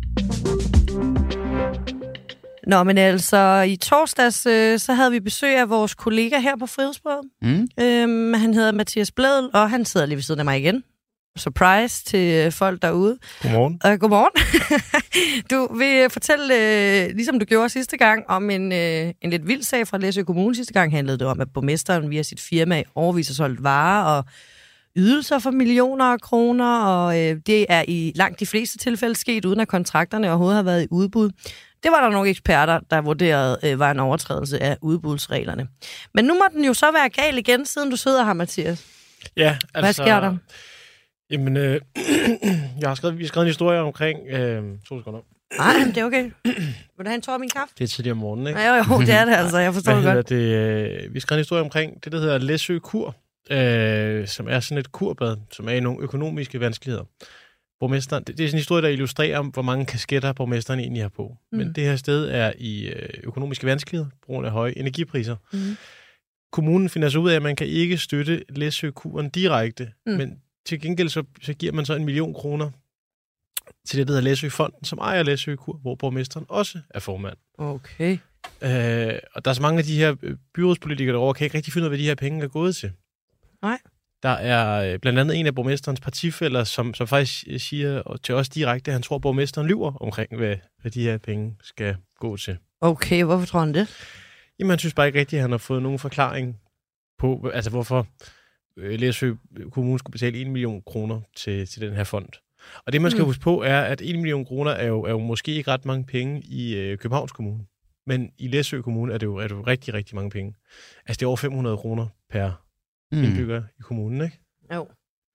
[SPEAKER 1] Nå, men altså, i torsdags, så havde vi besøg af vores kollega her på Frihedsbrevet. Han hedder Mathias Blædel, og han sidder lige ved siden af mig igen. Surprise til folk derude.
[SPEAKER 6] Godmorgen.
[SPEAKER 1] Godmorgen. Du vil fortælle, ligesom du gjorde sidste gang, om en lidt vild sag fra Læsø Kommune. Sidste gang handlede det om, at borgmesteren via sit firma overviser solgt varer og ydelser for millioner af kroner, og det er i langt de fleste tilfælde sket, uden at kontrakterne overhovedet har været i udbud. Det var der nogle eksperter, der vurderede var en overtrædelse af udbudsreglerne. Men nu må den jo så være gal igen, siden du sidder her, Mathias.
[SPEAKER 6] Ja, altså...
[SPEAKER 1] Hvad sker der?
[SPEAKER 6] Jamen, vi har skrevet en historie omkring... 2 sekunder.
[SPEAKER 1] Nej, det er okay. Vil du have en tår af min kaffe?
[SPEAKER 6] Det er tidligere om morgenen, ikke?
[SPEAKER 1] Jo, det er det altså. Jeg forstår det godt.
[SPEAKER 6] Vi har skrevet en historie omkring det, der hedder Læsø Kur, som er sådan et kurblad, som er i nogle økonomiske vanskeligheder. borgmesteren... Det er sådan en historie, der illustrerer, hvor mange kasketter borgmesteren egentlig har på. Men det her sted er i økonomiske vanskeligheder, på grund af høje energipriser. Kommunen finder så ud af, at man kan ikke støtte Læsø-kuren direkte, men til gengæld så giver man så 1 million kroner til det, der hedder Læsø-fonden, som ejer Læsø-kur, hvor borgmesteren også er formand.
[SPEAKER 1] Okay.
[SPEAKER 6] Og der er så mange af de her byrådspolitikere derovre, kan ikke rigtig finde ud af, hvad de her penge er gået til.
[SPEAKER 1] Nej.
[SPEAKER 6] Der er blandt andet en af borgmesterens partifæller, som faktisk siger til os direkte, at han tror, at borgmesteren lyver omkring, hvad de her penge skal gå til.
[SPEAKER 1] Okay, hvorfor tror han det?
[SPEAKER 6] Jamen, han synes bare ikke rigtigt, at han har fået nogen forklaring på, altså hvorfor Læsø Kommune skulle betale 1 million kroner til den her fond. Og det, man skal huske på, er, at 1 million kroner er jo måske ikke ret mange penge i Københavns Kommune. Men i Læsø Kommune er det jo rigtig, rigtig mange penge. Altså, det er over 500 kroner per indbygger i kommunen, ikke?
[SPEAKER 1] Jo.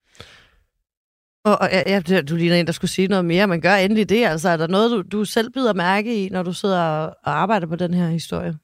[SPEAKER 1] Og du ligner en, der skulle sige noget mere. Man gør endelig det. Altså, er der noget, du selv bider mærke i, når du sidder og arbejder på den her historie?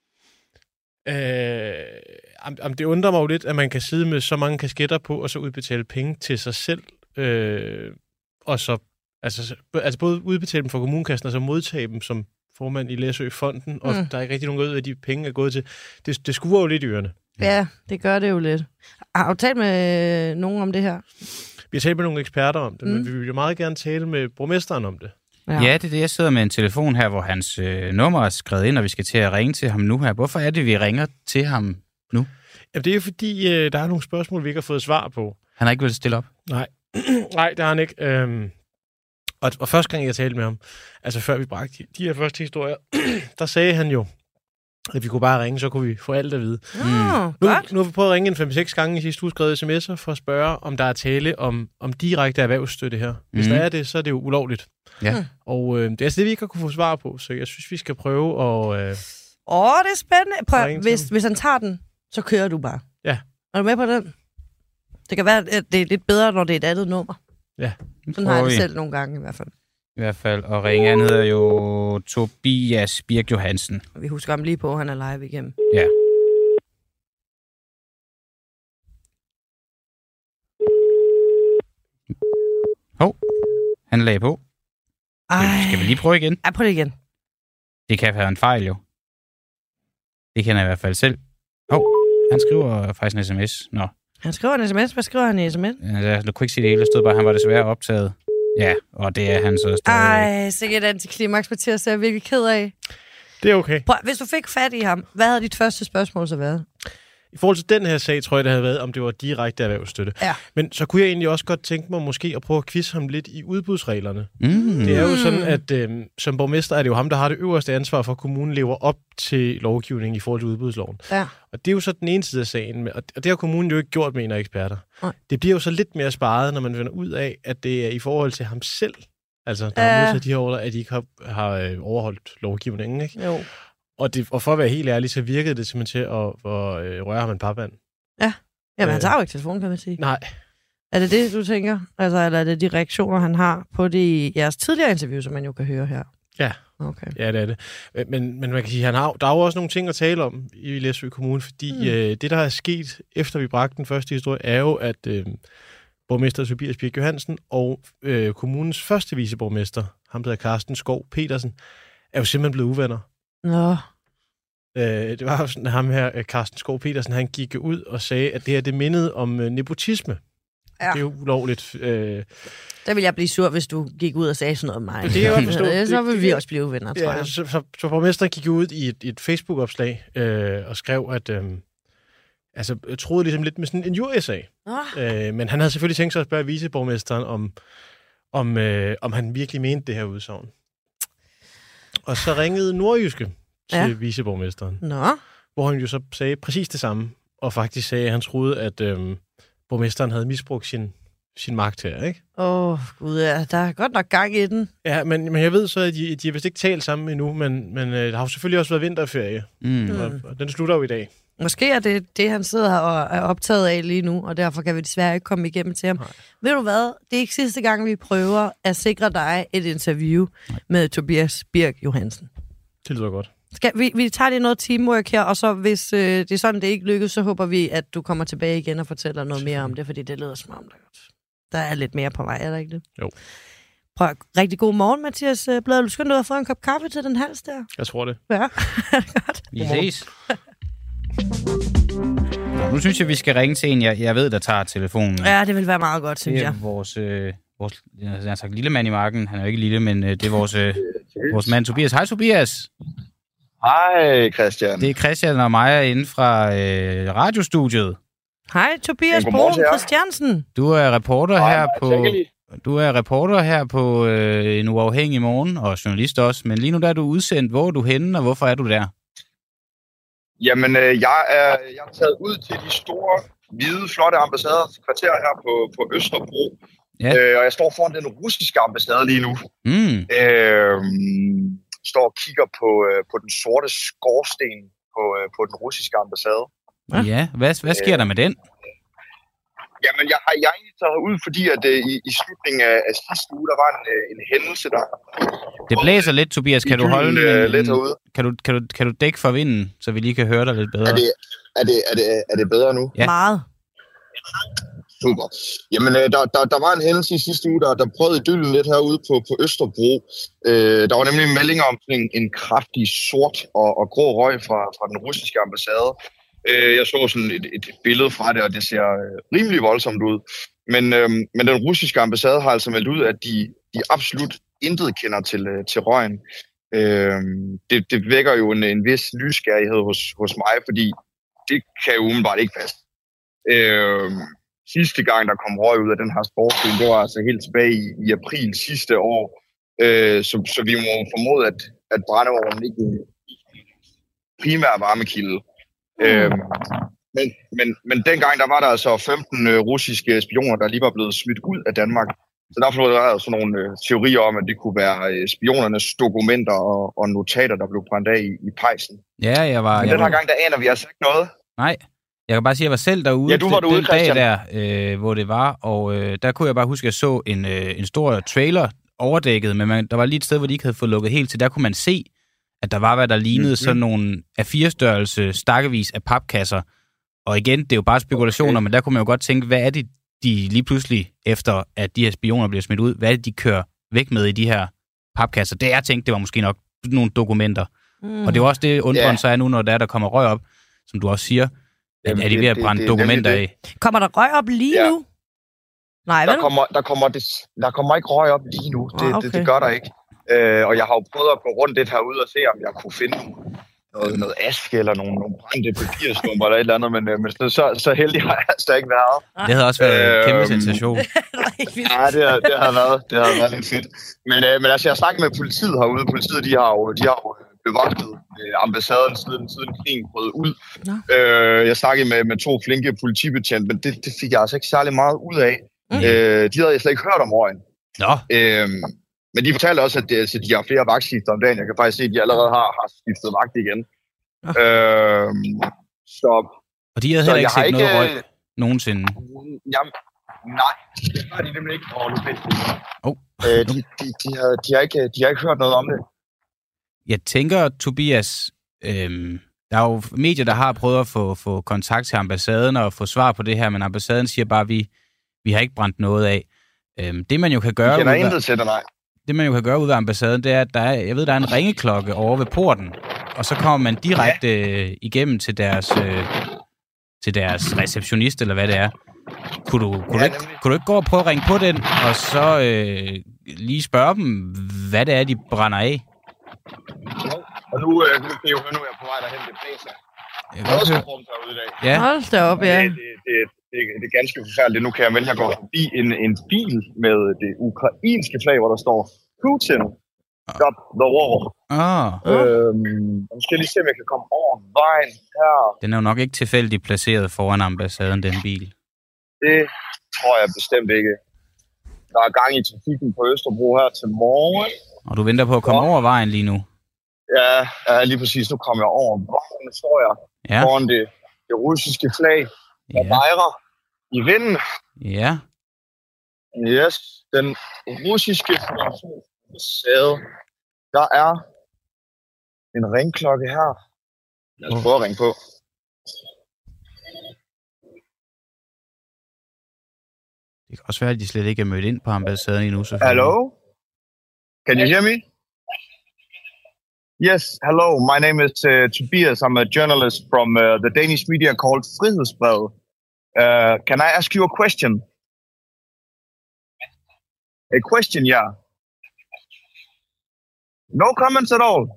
[SPEAKER 6] Det undrer mig jo lidt, at man kan sidde med så mange kasketter på, og så udbetale penge til sig selv, og så altså både udbetale dem fra kommunekassen, og så modtage dem som formand i Læsø-fonden, og der er ikke rigtig nogen ud af de penge er gået til. Det skuer jo lidt i ørerne.
[SPEAKER 1] Ja, det gør det jo lidt. Har du talt med nogen om det her?
[SPEAKER 6] Vi har talt med nogle eksperter om det, men vi vil jo meget gerne tale med borgmesteren om det.
[SPEAKER 2] Ja, det er det. Jeg sidder med en telefon her, hvor hans nummer er skrevet ind, og vi skal til at ringe til ham nu her. Hvorfor er det, vi ringer til ham nu?
[SPEAKER 6] Jamen, det er jo fordi, der er nogle spørgsmål, vi ikke har fået svar på.
[SPEAKER 2] Han har ikke vel stille op?
[SPEAKER 6] Nej, det har han ikke. Og første gang, jeg talte med ham, altså før vi bragte de her første historier, der sagde han jo, at vi kunne bare ringe, så kunne vi få alt at vide. Nu har vi prøvet at ringe en 5-6 gange i sidste uge, skrevet sms'er for at spørge, om der er tale om direkte erhvervsstøtte her. Hvis der er det, så er det jo ulovligt.
[SPEAKER 2] Ja.
[SPEAKER 6] Og det er altså det, vi ikke har kunne få svar på, så jeg synes, vi skal prøve at...
[SPEAKER 1] det er spændende. Prøv, hvis han tager den, så kører du bare.
[SPEAKER 6] Ja.
[SPEAKER 1] Er du med på den? Det kan være, at det er lidt bedre, når det er et andet nummer.
[SPEAKER 6] Ja.
[SPEAKER 1] Sådan har jeg det selv nogle gange i hvert fald.
[SPEAKER 2] I hvert fald. Og ringe, han hedder jo Tobias Birk Johansen.
[SPEAKER 1] Og vi husker ham lige på, at han er live igennem.
[SPEAKER 2] Ja. Han lagde på. Skal vi lige prøve igen?
[SPEAKER 1] Ja, prøv det igen.
[SPEAKER 2] Det kan være en fejl, jo. Det kender jeg i hvert fald selv. Han skriver faktisk en sms. Nå.
[SPEAKER 1] Han skriver en sms? Hvad skriver han i sms?
[SPEAKER 2] Ja, du kunne ikke sige det hele. Der stod bare, at han var desværre optaget. Ja, og det er han så stadig.
[SPEAKER 1] Sikkert antiklimaks, Mathias, er jeg virkelig ked af.
[SPEAKER 6] Det er okay.
[SPEAKER 1] Prøv, hvis du fik fat i ham, hvad havde dit første spørgsmål så været?
[SPEAKER 6] I forhold til den her sag, tror jeg, det havde været, om det var direkte erhvervsstøtte. Ja. Men så kunne jeg egentlig også godt tænke mig måske at prøve at quizze ham lidt i udbudsreglerne. Det er jo sådan, at som borgmester er det jo ham, der har det øverste ansvar for, at kommunen lever op til lovgivningen i forhold til udbudsloven. Ja. Og det er jo så den ene side af sagen, og det har kommunen jo ikke gjort, mener eksperter. Nej. Det bliver jo så lidt mere sparet, når man finder ud af, at det er i forhold til ham selv. Altså, der har modsat de her ordre, at de ikke har overholdt lovgivningen, ikke? Jo. Og for at være helt ærlig, så virkede det simpelthen til at røre ham en papvand. Ja.
[SPEAKER 1] Jamen, han tager jo ikke telefonen, kan man sige.
[SPEAKER 6] Nej.
[SPEAKER 1] Er det, du tænker? Altså, eller er det de reaktioner, han har på det i jeres tidligere interview, som man jo kan høre her?
[SPEAKER 6] Ja. Okay. Ja, det er det. Men man kan sige, der er jo også nogle ting at tale om i Læsø Kommune, fordi det, der er sket, efter vi bragte den første historie, er jo, at borgmester Tobias Birk Johansen og kommunens første viceborgmester, ham der hedder Carsten Skov Petersen, er jo simpelthen blevet uvenner.
[SPEAKER 1] Nå.
[SPEAKER 6] Det var jo sådan, at ham her, Carsten Skov Petersen, han gik ud og sagde, at det her, det mindede om nepotisme. Ja. Det er jo ulovligt.
[SPEAKER 1] Der ville jeg blive sur, hvis du gik ud og sagde sådan noget om mig.
[SPEAKER 6] Det er jo forstået.
[SPEAKER 1] Så vil vi også blive uvenner, tror jeg.
[SPEAKER 6] Så borgmesteren gik ud i et Facebook-opslag og skrev, at jeg troede ligesom lidt med sådan en jurysag. Men han havde selvfølgelig tænkt sig at spørge viceborgmesteren, om han virkelig mente det her udsagn. Og så ringede Nordjyske til viceborgmesteren, hvor han jo så sagde præcis det samme, og faktisk sagde, at han troede, at borgmesteren havde misbrugt sin magt her, ikke?
[SPEAKER 1] Gud, ja, der er godt nok gang i den.
[SPEAKER 6] Ja, men jeg ved så, at de har vist ikke talt sammen endnu, men der har jo selvfølgelig også været vinterferie, og den slutter jo i dag.
[SPEAKER 1] Måske er det, han sidder og er optaget af lige nu, og derfor kan vi desværre ikke komme igennem til ham. Nej. Ved du hvad? Det er ikke sidste gang, vi prøver at sikre dig et interview med Tobias Birk Johansen.
[SPEAKER 6] Det lyder godt.
[SPEAKER 1] Vi tager lige noget teamwork her, og så hvis det er sådan, det ikke lykkes, så håber vi, at du kommer tilbage igen og fortæller noget mere om det, fordi det lyder som om det er godt. Der er lidt mere på vej, er der ikke det?
[SPEAKER 6] Jo.
[SPEAKER 1] Prøv, rigtig god morgen, Mathias Blad. Du skal nu have fået en kop kaffe til den hals der.
[SPEAKER 6] Jeg tror det.
[SPEAKER 1] Ja, godt.
[SPEAKER 2] Vi ses. Nå, nu synes jeg, vi skal ringe til en, jeg ved, der tager telefonen.
[SPEAKER 1] Ja, det vil være meget godt, synes jeg.
[SPEAKER 2] Det er vores jeg har sagt lille mand i marken. Han er jo ikke lille, men det er vores mand Tobias. Hej Tobias.
[SPEAKER 7] Hej Christian.
[SPEAKER 2] Det er Christian og mig inde fra radiostudiet.
[SPEAKER 1] Hej Tobias Brun Christiansen.
[SPEAKER 2] Du er reporter her på en uafhængig morgen, og journalist også. Men lige nu der er du udsendt. Hvor er du henne, og hvorfor er du der?
[SPEAKER 7] Jamen, jeg er taget ud til de store, hvide, flotte ambassadekvarterer her på Østerbro. Ja. Og jeg står foran den russiske ambassade lige nu. Står og kigger på den sorte skorsten på den russiske ambassade.
[SPEAKER 2] Ja, hvad sker der med den?
[SPEAKER 7] Jamen, jeg er egentlig taget ud, fordi at i slutningen af sidste uge, der var en hændelse, der...
[SPEAKER 2] Det blæser lidt, Tobias. Kan du holde
[SPEAKER 7] lidt herude?
[SPEAKER 2] Kan du dække for vinden, så vi lige kan høre dig lidt bedre?
[SPEAKER 7] Er det bedre nu?
[SPEAKER 2] Ja.
[SPEAKER 1] Meget.
[SPEAKER 7] Super. Jamen, der var en hændelse i sidste uge, der prøvede idyllen lidt herude på Østerbro. Der var nemlig meldinger om en kraftig sort og grå røg fra den russiske ambassade. Jeg så sådan et billede fra det, og det ser rimelig voldsomt ud. Men den russiske ambassade har altså meldt ud, at de absolut intet kender til røgen. Det vækker jo en vis nysgerrighed hos mig, fordi det kan jo umiddelbart ikke passe. Sidste gang, der kom røg ud af den her sportsfilm, det var altså helt tilbage i april sidste år. Så vi må formode, at brændeovnen ikke er primær varmekilde. Men dengang, der var der altså 15 russiske spioner, der lige var blevet smidt ud af Danmark. Så derfor var der sådan nogle teorier om, at det kunne være spionernes dokumenter og notater, der blev brændt af i pejsen.
[SPEAKER 2] Ja,
[SPEAKER 7] Men den her gang, der aner vi altså ikke noget.
[SPEAKER 2] Nej, jeg kan bare sige, at jeg var selv derude,
[SPEAKER 7] du var derude,
[SPEAKER 2] den dag der, hvor det var, og der kunne jeg bare huske, at jeg så en stor trailer overdækket, men der var lige et sted, hvor de ikke havde fået lukket helt til. Der kunne man se, at der var, hvad der lignede sådan nogle A4-størrelse stakkevis af papkasser. Og igen, det er jo bare spekulationer, men der kunne man jo godt tænke, hvad er det, de lige pludselig, efter at de her spioner bliver smidt ud, hvad er det, de kører væk med i de her papkasser? Det jeg tænkte, det var måske nok nogle dokumenter. Og det er også det undren så er nu, når der kommer røg op, som du også siger, er de ved at brænde dokumenter af.
[SPEAKER 1] Kommer der røg op lige nu? Nej, vel?
[SPEAKER 7] Der kommer ikke røg op lige nu. Det gør der ikke. Og jeg har jo prøvet at gå rundt lidt herude og se, om jeg kunne finde noget aske eller nogle brændte papirstumper eller et eller andet, men så heldig har jeg altså ikke været.
[SPEAKER 2] Det havde også været en kæmpe sensation.
[SPEAKER 7] Nej, det har været lidt fedt. Men altså, jeg har snakket med politiet herude. Politiet, de har jo bevogtet ambassaden siden krigen brød ud. Jeg snakkede med 2 flinke politibetjente, men det fik jeg altså ikke særlig meget ud af. De havde slet ikke hørt om røgen. Nå. Men de fortalte også, at de har flere vagtskifter om dagen. Jeg kan faktisk se, at de allerede har skiftet vagt igen.
[SPEAKER 2] Og de havde heller ikke set noget røg nogensinde?
[SPEAKER 7] Jamen, nej, det har de nemlig ikke. De har ikke hørt noget om det. Jeg
[SPEAKER 2] tænker, Tobias, der er jo medier, der har prøvet at få kontakt til ambassaden og få svar på det her, men ambassaden siger bare, at vi har ikke brændt noget af. Det man jo kan gøre... Det man jo kan gøre ud af ambassaden, det er, at der er en ringeklokke over ved porten, og så kommer man direkte igennem til deres receptionist, eller hvad det er. Kunne du ikke gå og prøve at ringe på den, og så lige spørge dem, hvad det er, de brænder af?
[SPEAKER 7] Og nu kan jeg jo høre, nu er jeg på vej derhen, det blæser. Jeg kan også rum derude i dag.
[SPEAKER 1] Ja. Hold da op, ja.
[SPEAKER 7] Det er ganske forfærdeligt. Nu kan jeg vælge at gå forbi en bil med det ukrainske flag, hvor der står Putin, stop the war. Nu skal jeg lige se, om jeg kan komme over vejen her.
[SPEAKER 2] Den er jo nok ikke tilfældigt placeret foran ambassaden, den bil.
[SPEAKER 7] Det tror jeg bestemt ikke. Der er gang i trafikken på Østerbro her til morgen.
[SPEAKER 2] Og du venter på at komme over vejen lige nu?
[SPEAKER 7] Ja, lige præcis. Nu kommer jeg over vejen, står jeg foran det russiske flag, der bejrer i vinden.
[SPEAKER 2] Ja.
[SPEAKER 7] Yes, den russiske ambassade. Der er en ringklokke her. Lad os prøve at ringe på.
[SPEAKER 2] Det kan også være, at de slet ikke er mødt ind på ambassaden endnu.
[SPEAKER 7] Hello? Can you hear me? Yes, hello. My name is Tobias. I'm a journalist from the Danish media called Frihedsbrevet. Can I ask you a question? A question, yeah. No comments at all.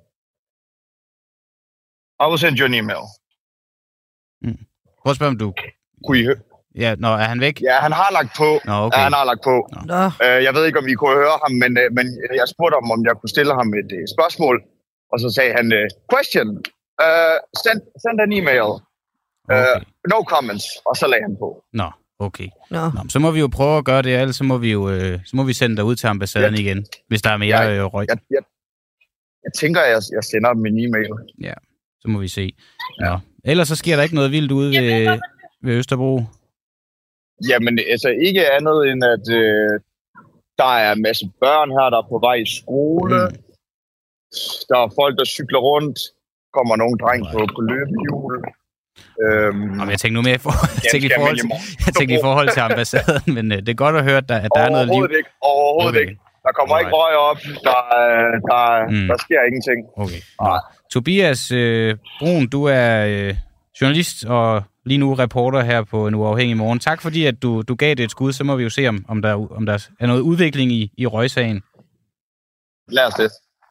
[SPEAKER 7] I will send you an email.
[SPEAKER 2] Prøv at spørge, om du...
[SPEAKER 7] Kunne I høre?
[SPEAKER 2] Ja, er han væk?
[SPEAKER 7] Ja, han har lagt på.
[SPEAKER 2] Nå, okay.
[SPEAKER 7] Ja, han har lagt på. Jeg ved ikke, om I kunne høre ham, men jeg spurgte om jeg kunne stille ham et spørgsmål. Og så sagde han, question, send an email. Okay. No comments. Og så lagde han på.
[SPEAKER 2] Nå, okay. Nå, så må vi jo prøve at gøre det, ellers så må vi sende dig ud til ambassaden igen, hvis der er mere røg.
[SPEAKER 7] Jeg tænker, jeg sender dem en e-mail.
[SPEAKER 2] Ja, så må vi se. Nå. Ellers så sker der ikke noget vildt ude ved Østerbro?
[SPEAKER 7] Jamen, altså ikke andet end, at der er en masse børn her, der er på vej i skole. Der er folk, der cykler rundt. Kommer nogle dreng på løbehjul.
[SPEAKER 2] Jeg tænker nu mere i forhold til ambassaden, men det er godt at høre, at der er noget liv.
[SPEAKER 7] Overhovedet ikke. Der kommer ikke røg op. Der sker ingenting.
[SPEAKER 2] Okay. Tobias Brun, du er journalist og lige nu reporter her på En Uafhængig Morgen. Tak fordi, at du gav det et skud. Så må vi jo se, om der er noget udvikling i røgsagen.
[SPEAKER 7] Lad os det.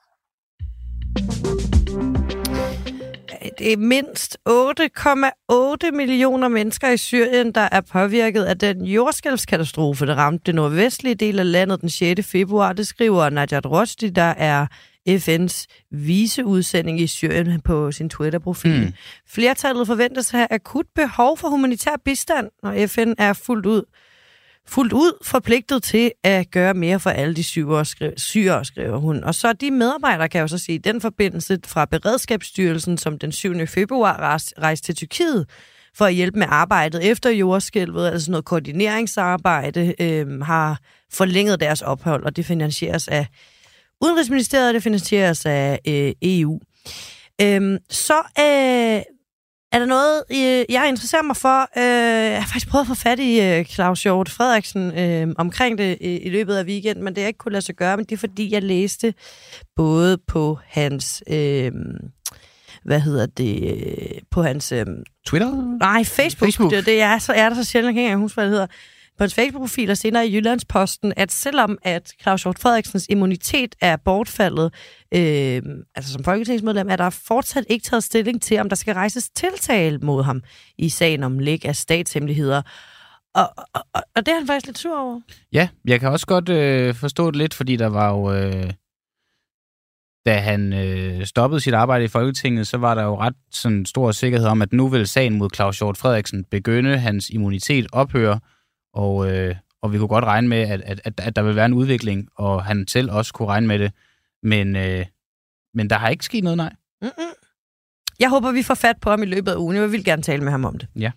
[SPEAKER 1] Det er mindst 8,8 millioner mennesker i Syrien, der er påvirket af den jordskælvskatastrofe, der ramte den nordvestlige del af landet den 6. februar. Det skriver Najat Roshdi, der er FN's viceudsending i Syrien på sin Twitter-profil. Flertallet forventes at have akut behov for humanitær bistand, når FN er fuldt ud forpligtet til at gøre mere for alle de syrere, skriver hun. Og så de medarbejdere, kan jeg jo så sige, den forbindelse fra Beredskabsstyrelsen, som den 7. februar rejste til Tyrkiet for at hjælpe med arbejdet efter jordskælvet, altså noget koordineringsarbejde, har forlænget deres ophold, og det finansieres af Udenrigsministeriet, det finansieres af EU. Er der noget, jeg interesserer mig for? Jeg har faktisk prøvet at få fat i Claus Hjort Frederiksen omkring det i løbet af weekenden, men det jeg ikke kunne lade sig gøre, men det er fordi, jeg læste både på hans... på hans...
[SPEAKER 2] Twitter?
[SPEAKER 1] Nej, Facebook. Det er der så sjældent, jeg kan ikke huske, hvad det hedder. På hans Facebook-profil og senere i Jyllandsposten, at selvom at Claus Hjort Frederiksens immunitet er bortfaldet, altså som folketingsmedlem, er der fortsat ikke taget stilling til, om der skal rejses tiltale mod ham i sagen om læk af statshemmeligheder. Og det er han faktisk lidt sur over.
[SPEAKER 2] Ja, jeg kan også godt forstå det lidt, fordi der var jo... Da han stoppede sit arbejde i Folketinget, så var der jo ret sådan stor sikkerhed om, at nu vil sagen mod Claus Hjort Frederiksen begynde, hans immunitet ophøre, og vi kunne godt regne med, at der vil være en udvikling, og han selv også kunne regne med det. Men der har ikke sket noget, nej.
[SPEAKER 1] Jeg håber, vi får fat på ham i løbet af ugen. Jeg vil gerne tale med ham om det.
[SPEAKER 2] Ja.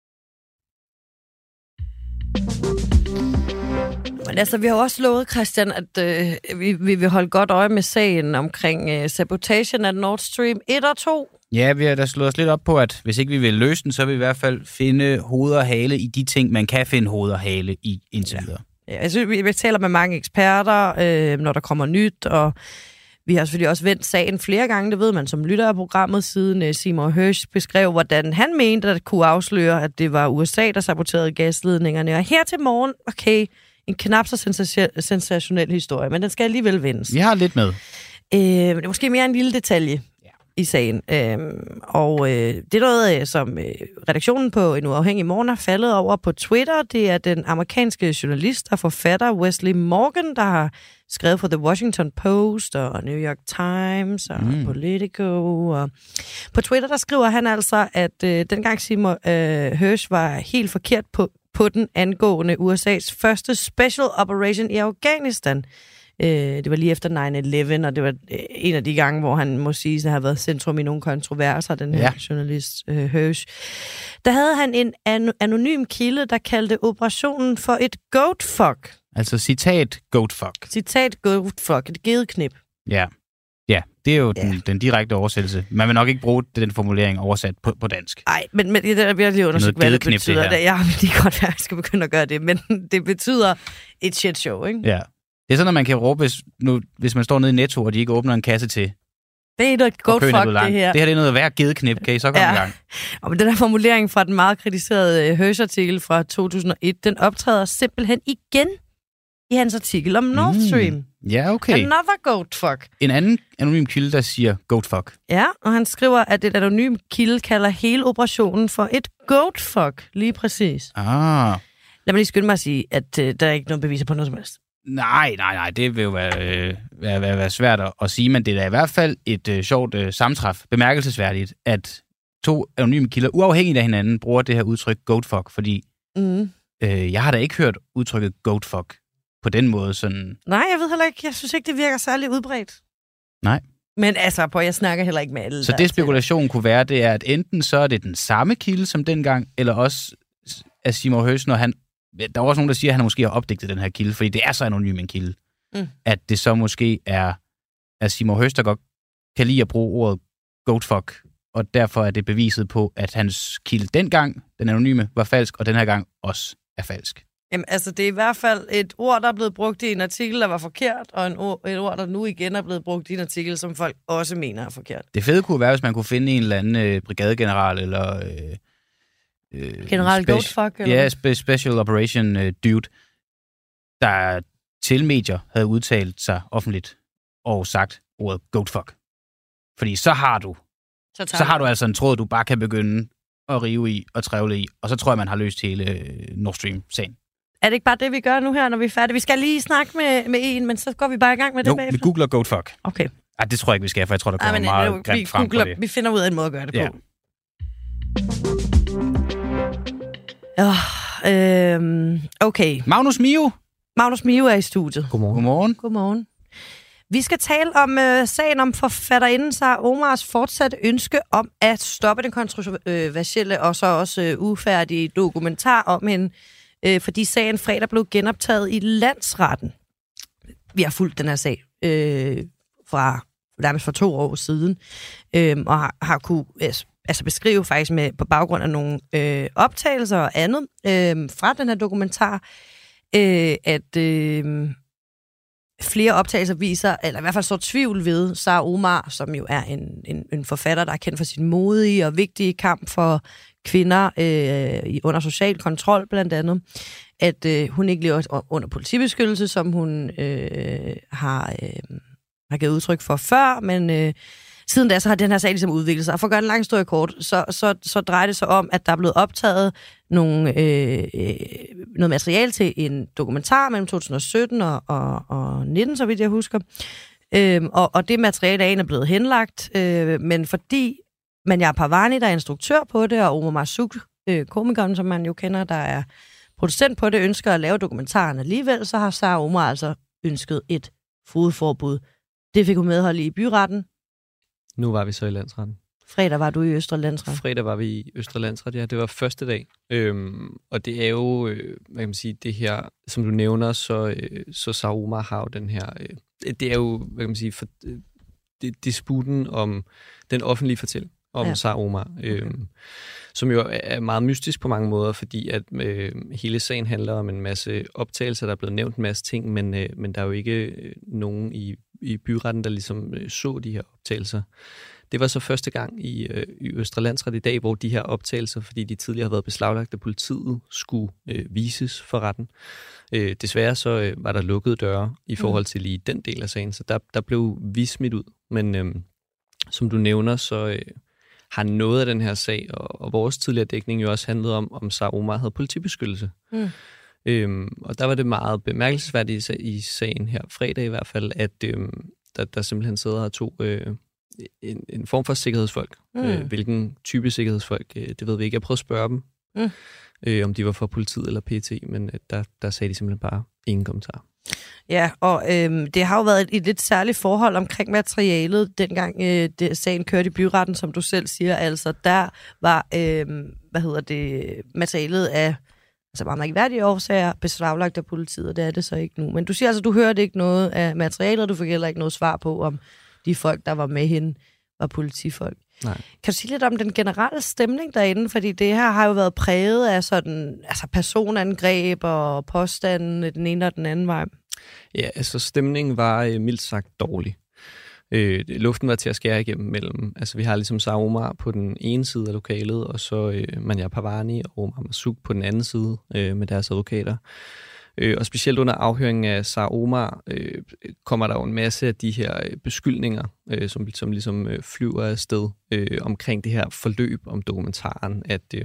[SPEAKER 1] Men altså, vi har også lovet, Christian, at vi vil holde godt øje med sagen omkring sabotagen af Nord Stream 1 og 2.
[SPEAKER 2] Ja, vi har da slået os lidt op på, at hvis ikke vi vil løse den, så vil vi i hvert fald finde hoved og hale i de ting, man kan finde hoved og hale i indtil videre.
[SPEAKER 1] Ja, jeg synes, vi taler med mange eksperter, når der kommer nyt, og vi har selvfølgelig også vendt sagen flere gange, det ved man som lytter af programmet, siden Seymour Hersh beskrev, hvordan han mente at kunne afsløre, at det var USA, der saboterede gasledningerne. Og her til morgen, en knap så sensationel historie, men den skal alligevel vendes.
[SPEAKER 2] Vi har lidt med.
[SPEAKER 1] Det er måske mere en lille detalje i sagen. Det er noget, som redaktionen på En Uafhængig Morgen har faldet over på Twitter. Det er den amerikanske journalist og forfatter Wesley Morgan, der har skrevet for The Washington Post og New York Times og Politico. Og på Twitter, der skriver han altså, at dengang Seymour Hersh var helt forkert på den angående USA's første special operation i Afghanistan. Det var lige efter 9/11, og det var en af de gange, hvor han må sige, at der har været centrum i nogle kontroverser, den her journalist Hersh. Der havde han en anonym kilde, der kaldte operationen for et goatfuck.
[SPEAKER 2] Altså citat goatfuck.
[SPEAKER 1] Citat goatfuck, et gedeknip.
[SPEAKER 2] Ja. Ja, det er jo den direkte oversættelse. Man vil nok ikke bruge den formulering oversat på dansk.
[SPEAKER 1] Nej, men det er virkelig undersøgt, hvad det betyder. Jeg vil lige godt være, at jeg skal begynde at gøre det, men det betyder et shit show, ikke?
[SPEAKER 2] Ja. Det er sådan, at man kan råbe, hvis man står nede i Netto, og de ikke åbner en kasse til.
[SPEAKER 1] Det er noget godt fuck, det her.
[SPEAKER 2] Det her er noget værd gedeknip, kan I så komme i gang?
[SPEAKER 1] Og den der formulering fra den meget kritiserede Hersh-artikel fra 2001, den optræder simpelthen igen i hans artikel om Nord Stream.
[SPEAKER 2] Ja, okay.
[SPEAKER 1] Another goat fuck.
[SPEAKER 2] En anden anonym kilde, der siger goat fuck.
[SPEAKER 1] Ja, og han skriver, at et anonym kilde kalder hele operationen for et goat fuck. Lige præcis.
[SPEAKER 2] Ah.
[SPEAKER 1] Lad mig lige skynde mig at sige, at der er ikke noget beviser på noget som helst.
[SPEAKER 2] Nej, det vil jo være svært at sige, men det er da i hvert fald et sjovt sammentræf, bemærkelsesværdigt, at 2 anonyme kilder, uafhængigt af hinanden, bruger det her udtryk goat fuck, fordi jeg har da ikke hørt udtrykket goat fuck på den måde sådan.
[SPEAKER 1] Nej, jeg ved heller ikke. Jeg synes ikke, det virker særlig udbredt.
[SPEAKER 2] Nej.
[SPEAKER 1] Men altså, jeg snakker heller ikke med alle.
[SPEAKER 2] Så det spekulation kunne være, det er, at enten så er det den samme kilde som dengang, eller også af Seymour Hersh, når han. Der er også nogen, der siger, at han måske har opdigtet den her kilde, fordi det er så anonym en kilde, at det så måske er Seymour Hersh, der godt kan lide at bruge ordet goat fuck, og derfor er det beviset på, at hans kilde dengang, den anonyme, var falsk, og den her gang også er falsk.
[SPEAKER 1] Jamen, altså, det er i hvert fald et ord, der er blevet brugt i en artikel, der var forkert, og et ord, der nu igen er blevet brugt i en artikel, som folk også mener er forkert.
[SPEAKER 2] Det fede kunne være, hvis man kunne finde en eller anden brigadegeneral, eller
[SPEAKER 1] General Goatfuck?
[SPEAKER 2] Ja, Special Operation Dude, der til medier havde udtalt sig offentligt og sagt ordet Goatfuck. Fordi så har du altså en tråd, du bare kan begynde at rive i og trævle i, og så tror jeg, man har løst hele Nord Stream-sagen.
[SPEAKER 1] Er det ikke bare det, vi gør nu her, når vi er færdige? Vi skal lige snakke med en, men så går vi bare i gang med det bagefter.
[SPEAKER 2] Vi googler Goatfuck.
[SPEAKER 1] Okay.
[SPEAKER 2] Ej, det tror jeg ikke, vi skal, for jeg tror, der kommer meget grimt frem på det.
[SPEAKER 1] Vi finder ud af en måde at gøre det på. Okay.
[SPEAKER 2] Magnus
[SPEAKER 1] Mio er i studiet.
[SPEAKER 2] Godmorgen.
[SPEAKER 1] Vi skal tale om sagen om forfatterinden Sara Omars fortsatte ønske om at stoppe den kontroversielle og så også ufærdige dokumentar om hende, fordi sagen fredag blev genoptaget i landsretten. Vi har fulgt den her sag fra nærmest for 2 år siden, og har kunne beskrive faktisk på baggrund af nogle optagelser og andet fra den her dokumentar, at flere optagelser viser, eller i hvert fald står tvivl ved Sara Omar, som jo er en forfatter, der er kendt for sin modige og vigtige kamp for kvinder under social kontrol blandt andet, at hun ikke lever under politibeskyttelse, som hun har givet udtryk for før, men siden da, så har den her sag ligesom udviklet sig. Og for at gøre en lang historie kort, så drejer det sig om, at der er blevet optaget noget materiale til en dokumentar mellem 2017 og 19, så vidt jeg husker. Og det materiale er blevet henlagt, men fordi Manya Parvani, der er instruktør på det, og Omar Marzouk, komikeren, som man jo kender, der er producent på det, ønsker at lave dokumentaren alligevel, så har Sara Omar altså ønsket et fogedforbud. Det fik hun medhold i byretten.
[SPEAKER 8] Nu var vi så i landsretten.
[SPEAKER 1] Fredag var du i Østre Landsret.
[SPEAKER 8] Fredag var vi i Østre Landsret, ja. Det var første dag. Og det er jo, hvad kan man sige, det her, som du nævner, så Sara Omar har jo den her, det er jo, hvad kan man sige, disputen om den offentlige fortælling om Sara Omar, som jo er meget mystisk på mange måder, fordi at hele sagen handler om en masse optagelser, der er blevet nævnt en masse ting, men der er jo ikke nogen i byretten, der ligesom så de her optagelser. Det var så første gang i Østre Landsret i dag, hvor de her optagelser, fordi de tidligere har været beslaglagt af politiet, skulle vises for retten. Desværre så var der lukkede døre i forhold til lige den del af sagen, så der blev vi smidt ud. Men som du nævner, så har noget af den her sag, og vores tidligere dækning jo også handlet om Sara Omar havde politibeskyttelse. Og der var det meget bemærkelsesværdigt i sagen her, fredag i hvert fald, at der simpelthen sidder her to en form for sikkerhedsfolk. Hvilken type sikkerhedsfolk, det ved vi ikke. Jeg prøvede at spørge dem, om de var fra politiet eller PET, men der sagde de simpelthen bare ingen kommentar.
[SPEAKER 1] Ja, og det har jo været et lidt særligt forhold omkring materialet, dengang sagen kørte i byretten, som du selv siger. Altså, der var, materialet af meget mærkværdige årsager beslaglagt af politiet, og det er det så ikke nu. Men du siger altså, du hørte ikke noget af materialet, og du fik heller ikke noget svar på, om de folk, der var med hende, var politifolk.
[SPEAKER 8] Nej.
[SPEAKER 1] Kan du sige lidt om den generelle stemning derinde? Fordi det her har jo været præget af sådan, altså personangreb og påstanden den ene og den anden vej.
[SPEAKER 8] Ja, altså stemningen var mildt sagt dårlig. Luften var til at skære igennem mellem. Altså vi har ligesom Sara Omar på den ene side af lokalet, og så Manya Parvani og Omar Massouk på den anden side med deres advokater. Og specielt under afhøringen af Sara Omar kommer der jo en masse af de her beskyldninger, som ligesom flyver afsted omkring det her forløb om dokumentaren,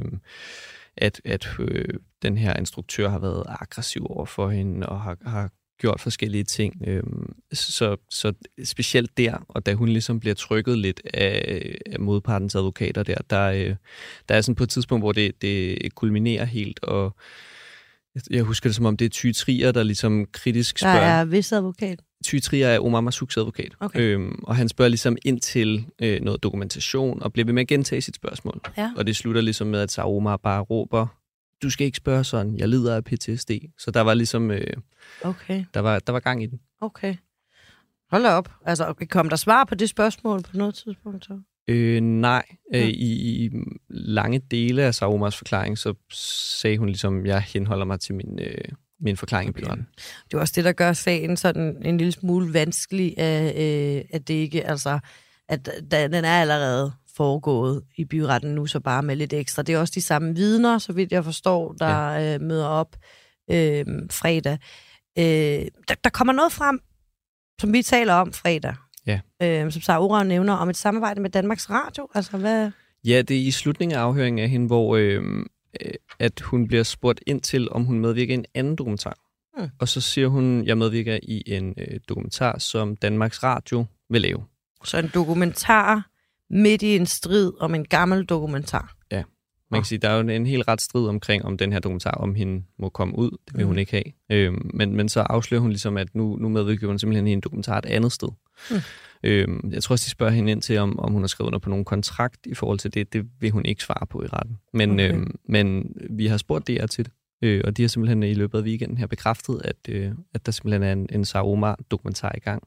[SPEAKER 8] at den her instruktør har været aggressiv over for hende og har gjort forskellige ting. Så specielt der, og da hun ligesom bliver trykket lidt af modpartens advokater der er sådan på et tidspunkt, hvor det kulminerer helt, og jeg husker det som om det er Thy Trier, der ligesom kritisk spørger...
[SPEAKER 1] Der er hvis advokat?
[SPEAKER 8] Thy Trier er Omar Massouks advokat.
[SPEAKER 1] Okay.
[SPEAKER 8] Og han spørger ligesom ind til noget dokumentation, og bliver ved med at gentage sit spørgsmål.
[SPEAKER 1] Ja.
[SPEAKER 8] Og det slutter ligesom med, at Sara Omar bare råber, du skal ikke spørge sådan, jeg lider af PTSD. Så der var ligesom...
[SPEAKER 1] Okay.
[SPEAKER 8] Der var gang i den.
[SPEAKER 1] Okay. Hold da op. Altså, kom der svar på det spørgsmål på noget tidspunkt så?
[SPEAKER 8] Nej. I lange dele af Sara Omars forklaring, så sagde hun ligesom, jeg henholder mig til min forklaring i byretten.
[SPEAKER 1] Det er også det, der gør sagen sådan en lille smule vanskelig, at det ikke, altså, at den er allerede foregået i byretten nu, så bare med lidt ekstra. Det er også de samme vidner, så vidt jeg forstår, der møder op fredag. Der kommer noget frem, som vi taler om fredag.
[SPEAKER 8] Ja.
[SPEAKER 1] Som Sara Omar nævner, om et samarbejde med Danmarks Radio. Altså, hvad...
[SPEAKER 8] Ja, det er i slutningen af afhøringen af hende, hvor at hun bliver spurgt ind til, om hun medvirker i en anden dokumentar. Og så siger hun, jeg medvirker i en dokumentar, som Danmarks Radio vil lave.
[SPEAKER 1] Så en dokumentar midt i en strid om en gammel dokumentar.
[SPEAKER 8] Ja. Man kan sige, der er jo en helt ret strid omkring, om den her dokumentar, om hende må komme ud. Det vil hun ikke have. Men så afslører hun ligesom, at nu medvirker hun simpelthen i en dokumentar et andet sted. Jeg tror også, de spørger hende ind til, om hun har skrevet under på nogen kontrakt i forhold til det. Det vil hun ikke svare på i retten. Men vi har spurgt DR til det, og de har simpelthen i løbet af weekenden her bekræftet, at der simpelthen er en Sara Omar-dokumentar i gang.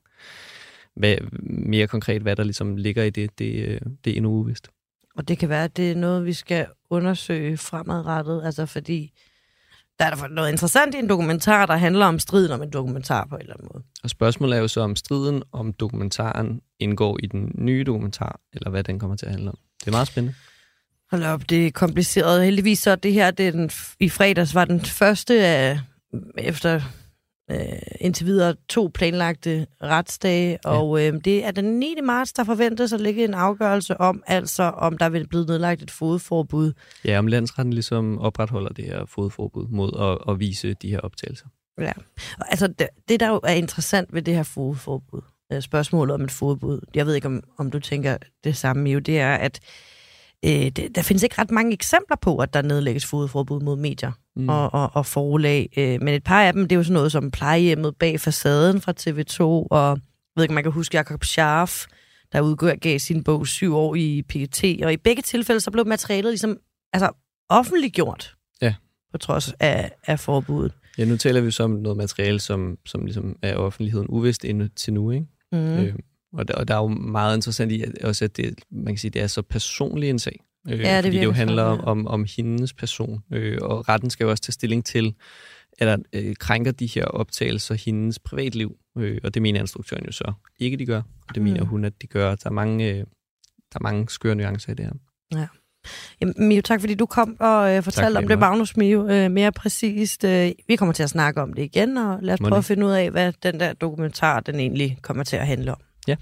[SPEAKER 8] Mere konkret, hvad der ligesom ligger i det er endnu uvist.
[SPEAKER 1] Og det kan være, at det er noget, vi skal undersøge fremadrettet, altså fordi der er noget interessant i en dokumentar, der handler om striden om en dokumentar på en eller anden måde.
[SPEAKER 8] Og spørgsmålet er jo så, om striden om dokumentaren indgår i den nye dokumentar, eller hvad den kommer til at handle om. Det er meget spændende.
[SPEAKER 1] Hold op, det er kompliceret. Heldigvis så det her, i fredags var den første af, efter indtil videre 2 planlagte retsdage, og det er den 9. marts, der forventes at ligge en afgørelse om, altså om der vil blive nedlagt et fogedforbud.
[SPEAKER 8] Ja, om landsretten ligesom opretholder det her fogedforbud mod at vise de her optagelser.
[SPEAKER 1] Ja, altså det der jo er interessant ved det her fogedforbud, spørgsmålet om et fogedforbud, jeg ved ikke om du tænker det samme, Mio, det er, at der findes ikke ret mange eksempler på, at der nedlægges fogedforbud mod medier og forlag. Men et par af dem, det er jo sådan noget som Plejehjemmet bag facaden fra TV2, og jeg ved ikke, om man kan huske Jakob Scharf, der udgav sin bog 7 år i PET, og i begge tilfælde, så blev materialet ligesom offentliggjort, på trods af forbuddet.
[SPEAKER 8] Ja, nu taler vi så om noget materiale, som ligesom er offentligheden uvist indtil nu, ikke? Og der er jo meget interessant i også, at man kan sige, det er så personlig en sag. Fordi det jo handler om hendes person. Og retten skal jo også tage stilling til, at der krænker de her optagelser hendes privatliv. Og det mener instruktøren jo så ikke, de gør. Og det mener hun, at de gør. Der er mange skøre nuancer i det her.
[SPEAKER 1] Ja. Jamen, Mio, tak fordi du kom og fortalte om det, Magnus, Mio, mere præcist. Vi kommer til at snakke om det igen, og lad os prøve at finde ud af, hvad den der dokumentar, den egentlig kommer til at handle om.
[SPEAKER 8] Ja.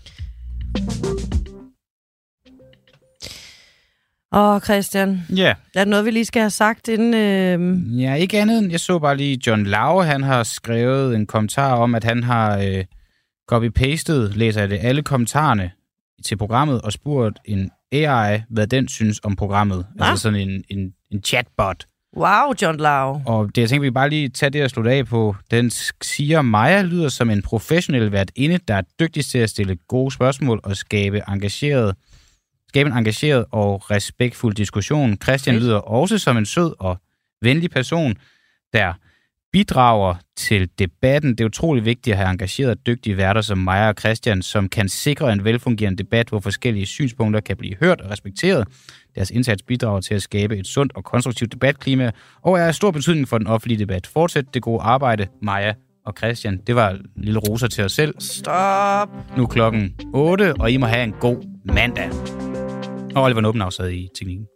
[SPEAKER 1] Christian, er der noget, vi lige skal have sagt inden...
[SPEAKER 2] Ja, ikke andet end, jeg så bare lige John Lau, han har skrevet en kommentar om, at han har copy-pastet, læser jeg det, alle kommentarerne til programmet og spurgt en AI, hvad den synes om programmet. Altså sådan en chatbot.
[SPEAKER 1] Wow, John Lau.
[SPEAKER 2] Og det, jeg tænker, vi bare lige tage det og slutte af på. Den siger, Maja lyder som en professionel værtinde, der er dygtig til at stille gode spørgsmål og skabe en engageret og respektfuld diskussion. Christian lyder også som en sød og venlig person, der bidrager til debatten. Det er utrolig vigtigt at have engageret dygtige værter som Maja og Christian, som kan sikre en velfungerende debat, hvor forskellige synspunkter kan blive hørt og respekteret. Deres indsats bidrager til at skabe et sundt og konstruktivt debatklima, og er af stor betydning for den offentlige debat. Fortsæt det gode arbejde, Maja og Christian. Det var en lille roser til os selv.
[SPEAKER 1] Stop!
[SPEAKER 2] Nu klokken 8, og I må have en god mandag. Og Oliver Nåbenhav sad i teknikken.